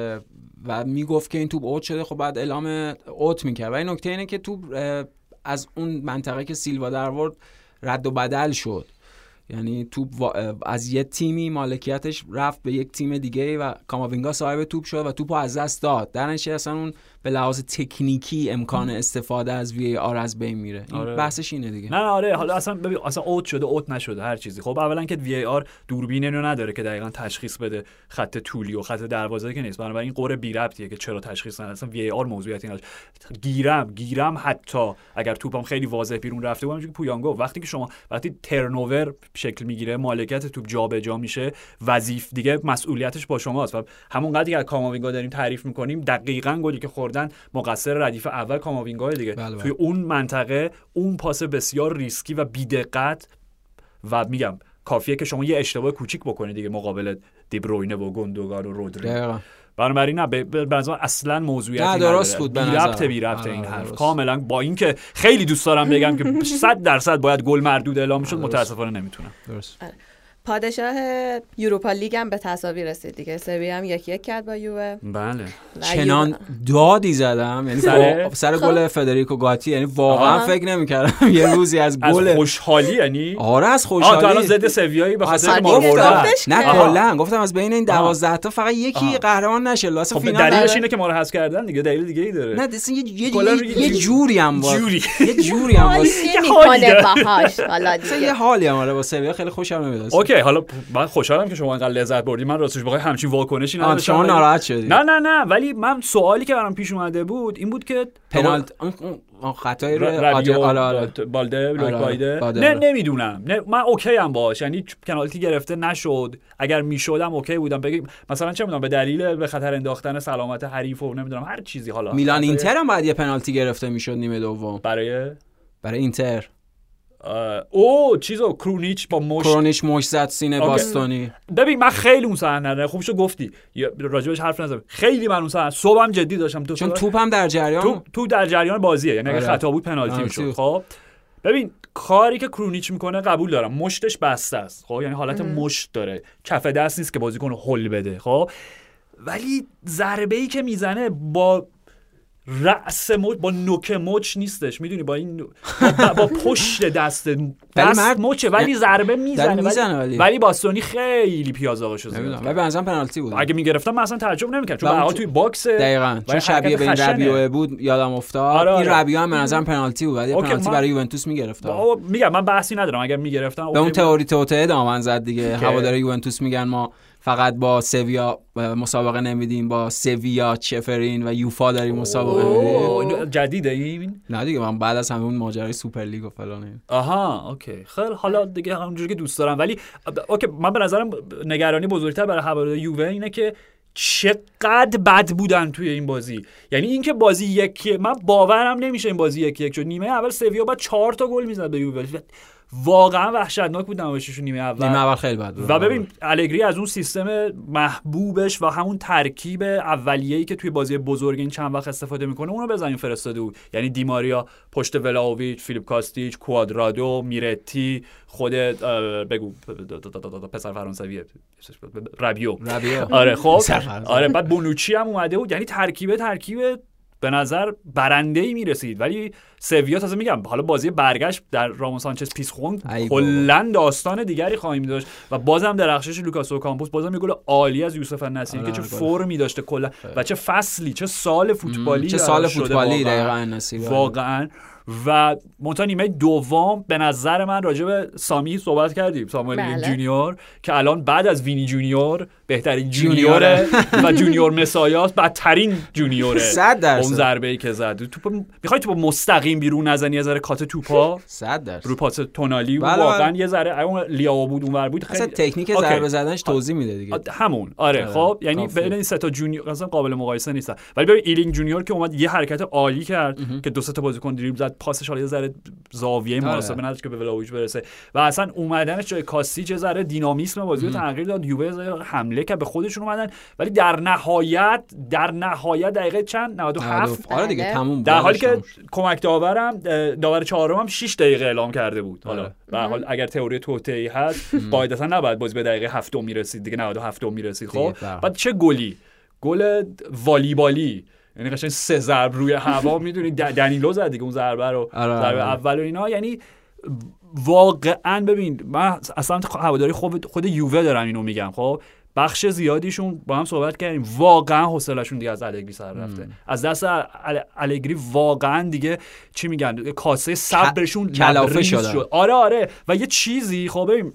و میگفت که این توپ اوت شده، خب بعد اعلام اوت میکرد. و این نکته اینه که توپ از اون منطقه که سیلوا در آورد رد و بدل شد، یعنی توپ از یه تیمی مالکیتش رفت به یک تیم دیگه و کاماوینگا صاحب توپ شد و توپو از دست داد. در نتیجه اصلا اون به لحاظ تکنیکی امکان استفاده از وی آر از بین میره. این بحثش اینه دیگه.
نه آره، حالا اصلا ببین اصلا اوت شده اوت نشده هر چیزی. خب اولا که وی آر دوربینی رو نداره که دقیقاً تشخیص بده خط طولی و خط دروازه که نیست، بنابراین این قره بی ربطیه که چرا تشخیص نداد. اصلا وی آر موضوعیتی نداره. گیرم حتی اگر توپم خیلی واضح بیرون رفته بود، پویانگو وقتی ترنوور شکل میگیره، مالکیت توپ جابجا میشه، وظیفه دیگه مسئولیتش با شماست. و همون قضیه که کاماوینگا داریم تعریف میکنیم، دقیقاً گلی که خوردن مقصر ردیف اول کاماوینگا دیگه.
بله.
توی اون منطقه اون پاس بسیار ریسکی و بی‌دقت و میگم کافیه که شما یه اشتباه کوچیک بکنید دیگه مقابل دیبروینه و گوندوگان و رودری. بنابراین نه به نظر اصلا موضوعیتی نداره.
درست بود.
بی ربط این حرف کاملا، با اینکه خیلی دوست دارم بگم که 100% باید گل مردود اعلام شد، متاسفانه نمیتونم.
درست.
پادشاه یوروپا لیگ هم به تساوی رسید دیگه. سویا هم 1-1 کرد با یووه.
بله.
چنان دادی زدم، یعنی سر گل فدریکو گاتی، یعنی واقعا فکر نمی‌کردم یه روزی از گل
خوشحالی، یعنی
آره از خوشحالی.
تو الان ضد سویایی به خاطر ما بردن.
نه کلا گفتم از بین این 12 تا فقط یکی قهرمان نشه. واسه فینال
دلیلش اینه که ما رو حذف کردن دیگه، دلیل دیگه ای داره.
نه یه جوری هم یه جوری هم
حالا
یه حالی هم آره با سویا خیلی خوشم نمیاد.
اوکی، حالا من خوشحالم که شما اینقدر لذت بردید. من راستش واقعا همچین واکنشی نداشتم.
شما ناراحت شدید؟
نه ولی من سوالی که برام پیش اومده بود این بود که
پنالتی خطای
بالده نه نمیدونم. من اوکی ام باش، یعنی پنالتی گرفته نشد. اگر میشدم اوکی بودم، بگیم مثلا چه میدونم به دلیل به خطر انداختن سلامت حریف و نمیدونم هر چیزی. حالا
میلان اینتر هم بعد یه پنالتی گرفته میشد نیمه دوم برای اینتر.
کرونیچ با
مش زد سینه باستونی.
ببین من خیلی اون صحنه خوبشو گفتی، راجبش حرف نزدم. خیلی من اون صحنه صبحم جدی داشتم،
چون توپم در جریان
تو در جریان بازیه، یعنی اگه خطا بود پنالتی میشد. خب ببین کاری که کرونیچ میکنه قبول دارم، مشتش بسته است. خب یعنی حالت مشت داره، کف دست نیست که بازیکن هول بده. خب ولی ضربه‌ای که میزنه با رأس مچ، با نوک مچ نیستش، میدونی، با این با پشت دست مچه، ولی ضربه میزنه. ولی باستونی خیلی پیازاقشو زد.
ولی به نظرم پنالتی بود.
اگه میگرفتم من اصلا تعجب نمیکردم، چون به حال توی باکس
دقیقاً چون شبیه به این ربیو بود یادم افتاد. این ربیو هم به نظرم پنالتی بود، ولی پنالتی برای یوونتوس میگرفت.
میگم من بحثی ندارم، اگر میگرفتم
به اون تئوری توته دامن زد دیگه. هواداری یوونتوس میگن ما فقط با سویا مسابقه نمیدیم، با سویا، چفرین و یوفا داریم مسابقه میدیم.
جدیده این؟
نه دیگه، من بعد از همون ماجرای سوپرلیگ و فلان این.
آها اوکی، خیلی حالا دیگه همونجوری که دوست دارم. ولی اوکی، من به نظرم نگرانی بزرگتر برای هواداری یووه اینه که چقدر بد بودن توی این بازی. یعنی اینکه بازی 1-1 من باورم نمیشه این بازی 1-1 شد. نیمه اول سویا بعد 4 تا گل میزد به یووه. واقعا وحشتناک بود نمایششون نیمه
اول خیلی بد بود.
و ببین الگری از اون سیستم محبوبش و همون ترکیب اولیه‌ای که توی بازی بزرگ این چند وقت استفاده میکنه اونو بزنین فرستاده بود. یعنی دیماریا پشت ولاویچ، فیلیپ کاستیچ، کوادرادو، میرتی، خود بگو پسر فرانسویه رابیو. آره خب آره بعد بونوچی هم اومده بود. یعنی ترکیب به نظر برنده‌ای میرسید. ولی سویا تازه میگم حالا بازی برگشت در رامون سانچز پیسخون کلا داستان دیگری خواهیم داشت و بازم درخشش لوکاس اوکامپوس، بازم یه گل عالی از یوسف النصیری که چه فرمی داشته کلا و چه فصلی، چه سال فوتبالی
دقیقاً النصیری
واقعا. و منتها نیمه دوم به نظر من راجع به سامی صحبت کردیم، ساموئل جونیور که الان بعد از وینی جونیور بهترین جونیوره و جونیور مسایاس بدترین جونیوره.
100%
اون ضربه‌ای که زد توپ میخوای توپ مستقیم بیرون نزنی، یه ذره کات توپا
100%
رو پاس تونالی واقعا یه ذره اون لیاو بود اونور بود.
خیلی تکنیک ضربه زدنش توضیح میده دیگه
همون. آره خب یعنی بین این سه تا جونیور اصلا قابل مقایسه نیستن. ولی ببین ایلینگ جونیور که اومد یه حرکت عالی کرد که دو سه تا بازیکن دریبل زد، پاسش حالا یه ذره زاویه مناسب نداشت که به ولاویچ برسه و اصلا اومدنش جای کاستیچ یه ذره دینامیسم بازی رو تغییر داد. یووه حمله که به خودشون اومدن ولی در نهایت دقیقه چند 97
آره دیگه تموم.
در حالی که کمک داور چهارم 6 دقیقه اعلام کرده بود. حالا به هر حال اگر تئوری توطئه‌ای هست قاعدتا نباید بازی به دقیقه 7 میرسید دیگه، 97 میرسید. خب بعد چه گل والیبالی، یعنی قشنگ 3 ضرب روی هوا میدونید دنیلو زد دیگه اون ضربه رو، ضربه اول و اینا. یعنی واقعا ببین من اصلا هواداری خود یووه دارم اینو میگم. خب بخش زیادیشون با هم صحبت کردیم واقعا حوصله‌شون دیگه از الگری سر رفته، از دست الگری واقعا دیگه چی میگن کاسه صبرشون
کلافه شد.
آره و یه چیزی خب ببین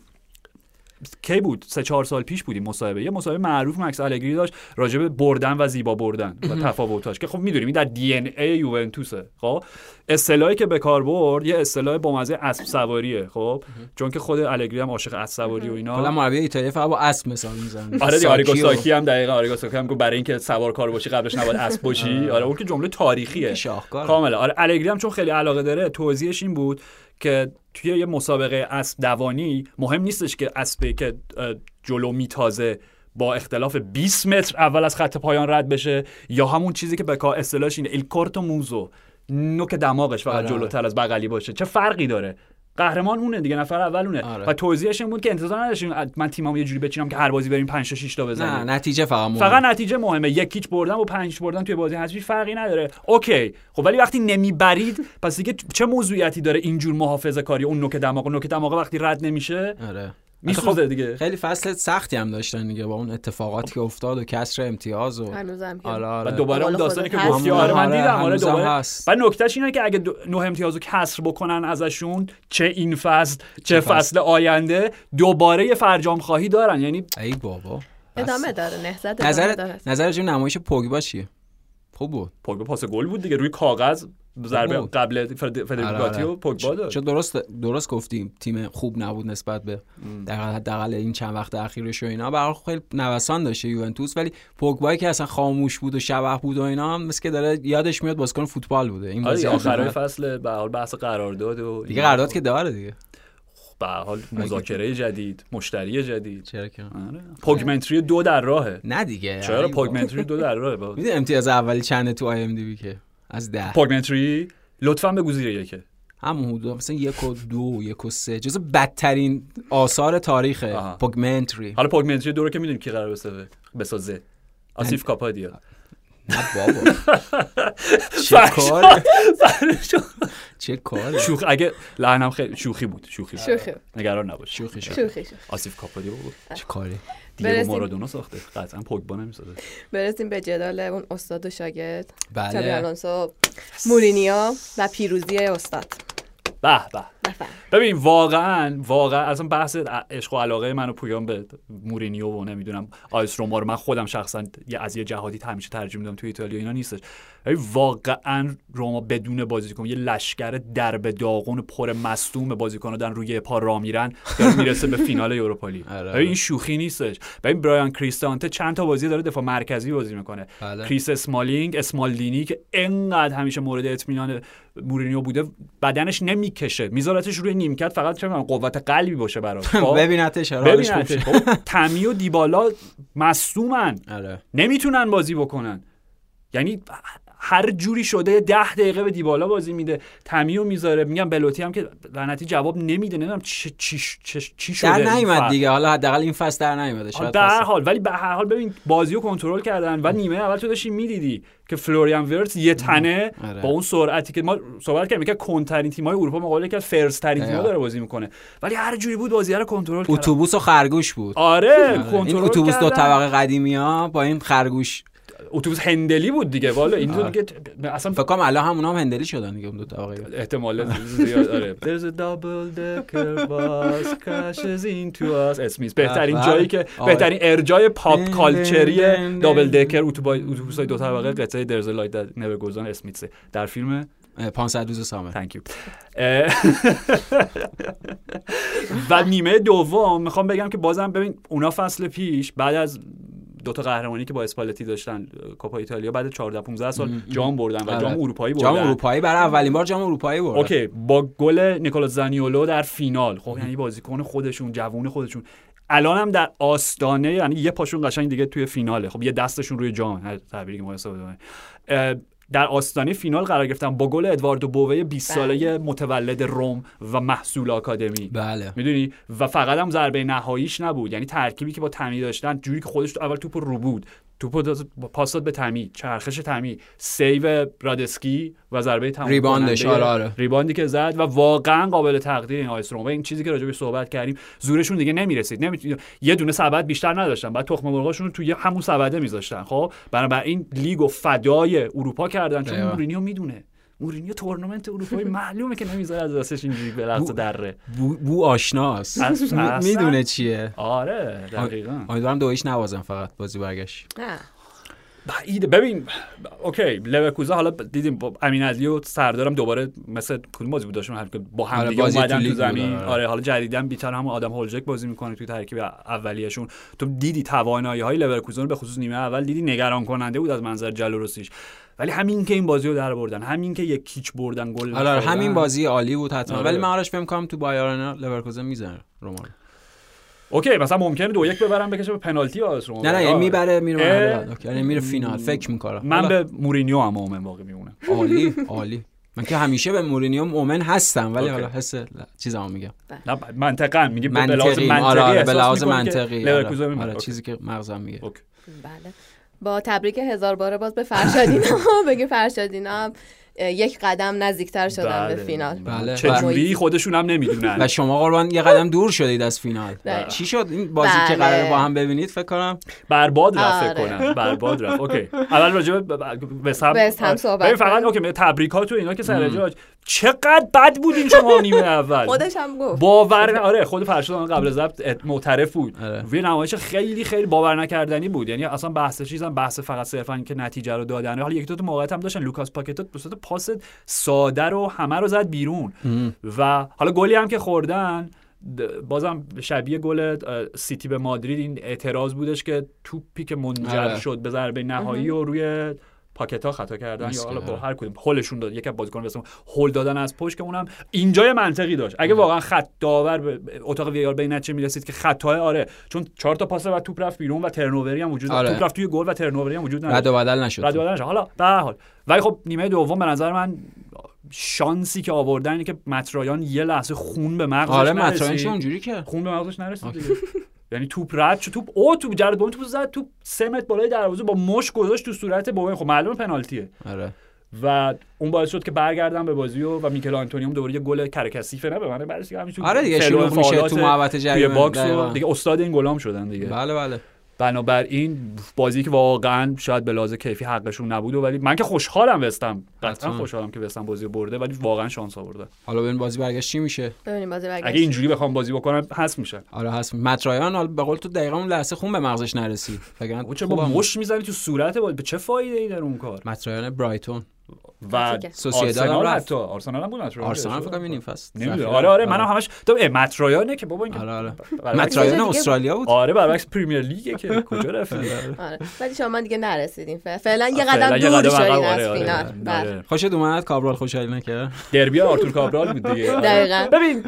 کی بود 3-4 سال پیش بودیم یه مصاحبه معروف مکس الگری داشت راجع به بردن و زیبا بردن و تفاوتاش که خب میدونیم این در دی ان ای یوونتوسه. خب اصطلاحی که به کار برد یه اصطلاح با مزه اسب سواریه. خب چون که خود الگری هم عاشق اسب سواری و اینا،
کلا مربی ایتالیا فقط با اسب مثال میزنه.
آره دیگه آریگو ساکی هم دقیقاً آریگو ساکی هم برای اینکه سوارکار باشی قبلش نباید اسب باشی. آره اون که جمله تاریخیه کاملا. آره الگری هم چون خیلی علاقه داره توضیحش این بود که توی یه مسابقه اسب دوانی مهم نیستش که اسبی که جلو میتازه با اختلاف 20 متر اول از خط پایان رد بشه یا همون چیزی که به کار اصطلاحش اینه ال کورتو موزو، نوک دماغش فقط جلوتر از بغلی باشه. چه فرقی داره؟ قهرمان اونه دیگه، نفر اول اونه. و توضیحش این بود که انتظار نداشتیم من تیممو یه جوری بچینم که هر بازی بریم 5 تا 6 تا بزنیم.
نه نتیجه
فقط نتیجه مهمه. 1-0 بردن و 5 بردن توی بازی حذفی فرقی نداره. اوکی خب ولی وقتی نمیبرید پس دیگه چه موضوعیتی داره اینجور محافظه‌کاری؟ اون نوک دماغ وقتی رد نمیشه میسوزه دیگه.
خیلی فصل سختی هم داشتن دیگه با اون اتفاقاتی که افتاد و کسر امتیاز و
و دوباره اون داستانی که گفتی آره من دیدم دوباره. بعد نکتهش اینه که اگه 9 امتیازو کسر بکنن ازشون چه این فصل چه فصل آینده دوباره یه فرجام خواهی دارن. یعنی
ای بابا
ادامه داره نهضت.
نظر جو نمایش پوگبا چیه؟ خوب بود.
پوگبا پاس گل بود دیگه، روی کاغذ ضربه قبل فدریکو و پوگبا داد.
چون درست گفتیم تیم خوب نبود نسبت به در حداقل این چند وقت اخیرش و اینا، به هر حال خیلی نوسان داشته یوونتوس، ولی پوگبایی که اصلا خاموش بود و شبح بود و اینا مثل که داره یادش میاد بازیکن فوتبال بوده. این بازی
آخرای فصل به هر حال بحث قرارداد و
دیگه قرارداد که داره دیگه،
به هر حال مذاکره جدید، مشتری جدید.
چرا که
پوگمنتری 2 در راهه.
نه دیگه
چرا پوگمنتری 2 در راهه؟
میدونی امتیاز اولی چنده تو آی ام دی بی که از 10
پوگمنتری لطفاً بگو زیر 1.
همون حدود مثلا 1 و 2 1 و 3 جزو بدترین آثار تاریخ پوگمنتری.
حالا پوگمنتری 2 رو که میدونیم کی قرار بسازه؟ آسیف کاپادیا.
نه بابا چه کار
شوخ اگه لعنم خیلی شوخی بود نگران نباش
شوخی
آسیف کاپادیا بود.
چه کاری
دیگو مارادونا ساخته، قطعا پوگبا نمیسازه.
برسیم به جدال اون استاد و شاگرد
بله.
چابی آلونسو مورینیو و پیروزی استاد.
به ببین واقعا اصلا بحث عشق و علاقه من و پویان به مورینیو و نمیدونم آیس روما رو من خودم شخصا از یه جهادی همیشه ترجیح میدم توی ایتالیا اینا نیستش. واقعا روما بدون بازیکن یه لشکر درب داغون پر مصدوم بازیکن‌ها دارن روی پا راه میرن داره میرسه به فینال اروپا لیگ. این شوخی نیستش. ببین برایان کریستانته چند تا بازی داره دفاع مرکزی بازی میکنه. کریس اسمالدینی که انقدر همیشه مورد اطمینان مورینیو بوده بدنش نمیکشه، بذارتش روی نیمکت فقط چه قوت قلبی باشه براش.
ببینتش
تامی و دیبالا مصدومن، نمیتونن بازی بکنن. یعنی هر جوری شده 10 دقیقه به دیبالا بازی میده، تامیو میذاره. میگم بلوتی هم که لعنتی جواب نمیده، نمیدونم چی شده
در نیومد دیگه. حالا حداقل این فصل در نیومده شاید.
به هر حال ولی به هر حال ببین بازیو کنترل کردن و نیمه اول تو داشتی میدیدی که فلوریان ورتز یه تنه با اون سرعتی که ما صحبت کردیم که کنترین تیم‌های اروپا مقابل که فرست ترین تیم‌ها داره بازی میکنه، ولی هر جوری بود بازی رو کنترل کرد.
اتوبوس و خرگوش بود.
آره کنترل
این اتوبوس دو طبقه قدیمی‌ها با این خرگوش.
اتوبوس هندلی بود دیگه. والا این دیگه اصلا
فکر کنم الان همونا هم هندلی شدن دیگه اون دو طبقه.
احتمال زیاد. آره There's a double decker bus crashes into us. اسمیت بهترین جایی که بهترین ارجای پاپ کالچری دابل دکر اتوبوسای دو طبقه قطعه There's a light that never goes on اسمیت در فیلم
500 روز سامر.
Thank you. و نیمه دوم میخوام بگم که بازم ببین اونا فصل پیش بعد از دوتا قهرمانی که با اسپالتی داشتن کوپا ایتالیا بعد 14-15 سال جام بردن و جام اروپایی بردن.
جام اروپایی برای اولین بار جام اروپایی بردن.
اوکی با گل نیکولا زانیولو در فینال. خب یعنی بازیکن خودشون، جوون خودشون، الان هم در آستانه، یعنی یه پاشون قشنگ دیگه توی فیناله. خب یه دستشون روی جام، هر تعبیری که ما استفاده در آستانه فینال قرار گرفتن با گل ادواردو بووی 20 ساله متولد روم و محصول آکادمی.
بله
میدونی، و فقط هم ضربه نهاییش نبود، یعنی ترکیبی که با تامی داشتن، جوری که خودش اول توپ رو بود، توپ پاس داد به تامی، چرخش تامی، سیو رادسکی و ضربه تمام
ریباندش. آره
ریباندی که زد و واقعا قابل تقدیر این آیس روم. و این چیزی که راجع به صحبت کردیم، زورشون دیگه نمیرسید، یه دونه سبد بیشتر نداشتن، بعد تخم مرغاشون رو توی همون سبده میذاشتن. خب بنابراین لیگو فدای اروپا کردن، چون مورینیو میدونه، مورینیو تورنمنت اروپایی معلومه که نمیذاره از دستش اینجوری به لحظه دره.
بو آشناست، میدونه چیه.
آره دقیقاً.
امیدوارم 2-0 نوازن فقط بازی برگشت.
بعید. ببین اوکی لورکوزن حالا دیدیم با امین علی و سردارم دوباره مثل کدوم بازی بود داشتن با هم دیگه اومدن تو زمین. آره حالا جدیدن بیچاره هم آدم هولجک بازی میکنه توی ترکیب اولیه‌شون. تو دیدی توانایی‌های لورکوزن به خصوص نیمه اول دیدی نگران کننده بود از منظر جلوروسیش، ولی همین که این بازی رو در بردن، همین که یک کیچ بردن گل،
آره همین بازی عالی بود حتما. ولی من آرش فکر می‌کنم تو بایرن لورکوزن میزنه رومان.
اوکی مثلا ممکنه 2-1 ببرن بکشه به پنالتی آس روم.
نه یعنی میبره میره اوکی یعنی میره فینال فکر می‌کنم.
من به مورینیو هم مؤمن باقی میمونم.
عالی. من که همیشه به مورینیو مؤمن هستم، ولی حالا حس چیزامو میگم.
نه منطقاً میگی به لحاظ منطقی،
به لحاظ منطقی
آره
چیزی که مغزم میگه.
بله. با تبریک 1000 باره باز به فرشادینا بگه فرشادینا یک قدم نزدیکتر شدن به فینال.
بله.
چجوری خودشون هم نمیدونن
و شما قربان یه قدم دور شدید از فینال. چی شد این بازی که قراره با هم ببینید؟ فکر کنم
برباد رفت. فکر کنم برباد رفت. اوکی اول راجع به
هم صحبت
فقط اوکی تبریکات و اینا که سر جاش. چقدر بد بودین شما نیمه اول.
خودش هم گفت
باور آره خود فرشاد قبل از ضبط معترف بود. وی نمایش خیلی باور نکردنی بود. یعنی اصلا بحث چیزام بحث فقط صرفا اینکه نتیجه رو دادن. حالا یک دو تا موقعیت هم داشتن، لوکاس پاکتا به صورت پاس ساده رو همه رو زد بیرون و حالا گلی هم که خوردن بازم شبیه گل سیتی به مادرید این اعتراض بودش که توپی که منجر شد به ضربه نهایی و روی پاکتا خطا کردن یا حالا با هر کدوم هولشون داد. یک بازیکن واسه هول دادن از پشت که اونم اینجای منطقی داشت. اگه واقعا خط داور به اتاق وی آر به این نتیجه میرسید که خطای آره چون 4 تا پاس بعد توپ رفت بیرون و ترنووری هم وجود داشت. توپ رفت توی گل و ترنووری هم وجود نداشت.
رد و بدل نشد.
حالا به هر حال ولی خب نیمه دوم به نظر من شانسی که آوردن اینه که مترایان یه لحظه خون به مغزش نرسید.
آره مترایان چه اونجوری که
خون به مغزش نرسید دیگه. یعنی توپ رد شد، توپ جرد بون توپ زد، توپ 3 متر بالای دروازه با مش گذاشت تو صورت بوین. خب معلومه پنالتیه.
آره
و اون باعث شد که برگردن به بازی و میکل آنتونیو هم دوباره یه گل کرکسیفه نه به من بعدش همین
آره دیگه شروع میشه تو محوطه جریمه
باکس و دیگه استاد این گلام شدن دیگه.
بله
بنابراین بازی که واقعا شاید به لحاظ کیفی حقشون نبود ولی من که خوشحالم وستم، قطعا خوشحالم که وستم بازی برده ولی واقعا شانس آورده.
حالا ببین بازی برگشت چی میشه.
اگه اینجوری بخوام بازی بکنم حذف میشن.
آره حذف. مترایان حالا به قول تو دقیقاً اون لحظه خون به مغزش نرسید.
چه با مش میزنی تو صورت به چه فایده ای داره اون کار؟
مترایان برایتون
و
سوسییداد
حتی آرسنال هم بود.
آرسنال فکر کنم این فصل
نمیدونم. آره منم همش تو مترویانه که بابا این
مترویان استرالیا بود.
آره برعکس پریمیر لیگه که کجا رفتن.
آره ولی شما دیگه نرسیدین فعلا یه قدم دور شدین از فینال.
خوشت اومد کابرال خوشحال نکرد؟
دربی آرتور کابرال بود دیگه.
دقیقاً.
ببین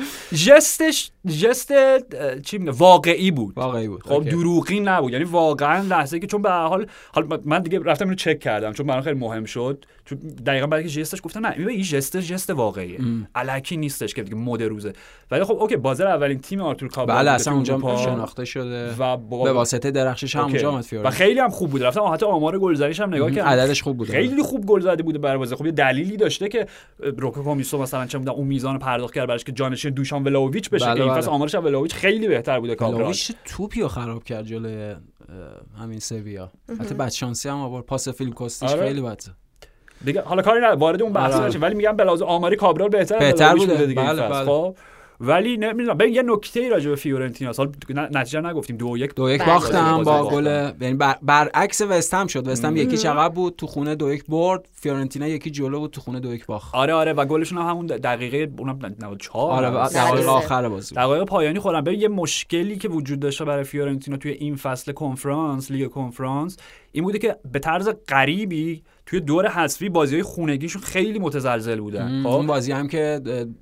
جست چی واقعی بود. خب دروغی نبود، یعنی واقعا لحظه‌ای که چون به حال من دیگه رفتم اینو چک کردم چون برام خیلی مهم شد، چون دقیقاً بعد که جستش گفتم نه این جست واقعیه، الکی نیستش که دیگه مد روزه. ولی خب اوکی بازر اولین تیم آرتور کابرال
بله اصلا اونجا شناخته شده و به واسطه درخشش هم اونجا اومد
و خیلی هم خوب بود. رفتم حتی آمار گلزنیش هم نگاه کردم،
عددش خوب بود،
خیلی خوب گل زده بود برای بازی. خب یه دلیلی داشته که روکو کمیسو مثلا چه میدونم اون میزان پرداخت کرد براش که جانشین دوشان ولاویچ بشه که این فصل آمارش ولاویچ خیلی بهتر بوده. کابرال
ولاویچ توپیو خراب کرد جلوی همین سویا، البته بدشانسی هم آورد، پاس فیلیپ کوستیچ خیلی بده
دیگه. حالا کاری نداره وارد اون بحث نشیم، ولی میگم به لحاظ آماری کابرال بهتر بوده دیگه.
بله.
خب ولی نمیدونم ببین یه نکته راجع به فیورنتینا سال نتیجه نگفتیم 2-1
باختم با گل، یعنی برعکس وستهم شد. وستهم یکی چقدر بود تو خونه 2-1 برد، فیورنتینا یکی جلو بود تو خونه 2-1 باخت.
آره و گلشون هم همون دقیقه اونم 94
آره دقیقه آخر بازی،
دقایق پایانی خوردن. ببین یه مشکلی که وجود داشته برای فیورنتینا توی این فصل کنفرانس لیگ کنفرانس این بوده که به طرز غریبی توی دور حذفی بازی‌های خونگیشون خیلی متزلزل بودن. خب
اون بازی هم که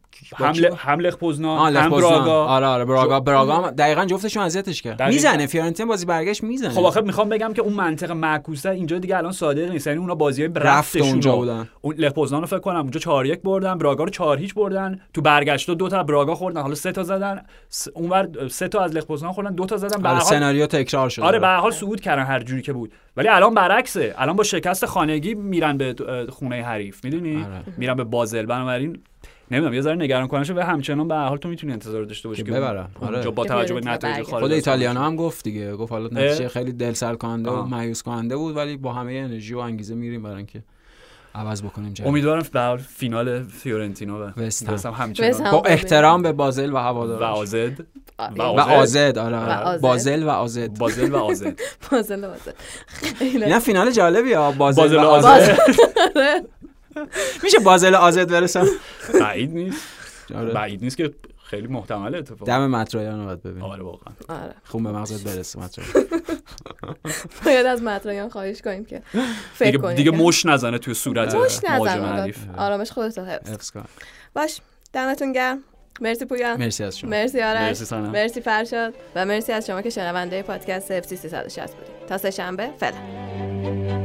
هم لخ پوزنان هم براگا.
آره براگا دقیقاً جفتشون اذیتش کرد. میزنه فیورنتینا بازی برگشت میزنه.
خب آخه میخوام بگم که اون منطق معکوسه اینجا دیگه الان صادق نیست، یعنی اونا بازی‌های رفتشون
اونجا بودن.
اون لخ پوزنان رو فکر کنم اونجا 4-1 بردن، براگا رو 4-0 بردن، تو برگشت 2 تا براگا خوردن، حالا 3 تا زدن، اونور 3 تا از لخ پوزنان خوردن، 2 تا زدن. به هر حال
سناریو تکرار شد.
آره به هر حال صعود کردن هر جوری که بود. ولی الان برعکسه، الان با شکست خانگی میرن به خونه حریف، میدونی میرن به بازل. بنابراین نمیدونم یه ذره نگران کننده و همچنان به هر حال تو میتونی انتظار داشته باشی که
ببرن. آره
با توجه به نتایج خارج.
خود ایتالیانا هم گفت دیگه، گفت حالا نتیجه خیلی دلسر کننده و مایوس کننده بود ولی با همه انرژی و انگیزه میریم برای اینکه عوض بکنیم جریان.
امیدوارم به فینال فیورنتینا و
وستهم
همچنان
با احترام به بازل و هوادارش
و آزد
آره بازل و آزد اینا فینال جالبیه بازل و آزد. میشه بازل آزد برسم؟
بعید نیست که خیلی محتمله اتفاق.
دم مترویان رو باید ببینیم.
آره واقعا.
آره.
خون به مغزت برسه مترویان.
باید از مترویان خواهش کنیم که فکر کنیم
دیگه مش نزنه توی صورت مهاجم حریف.
آرامش خودت رو
حفظ کن.
باش دمتون گرم. مرسی پویان.
مرسی از شما.
مرسی آرش. مرسی فرشاد و مرسی از شما که شنونده پادکست FC 360 بودید. تا سه شنبه فعلا.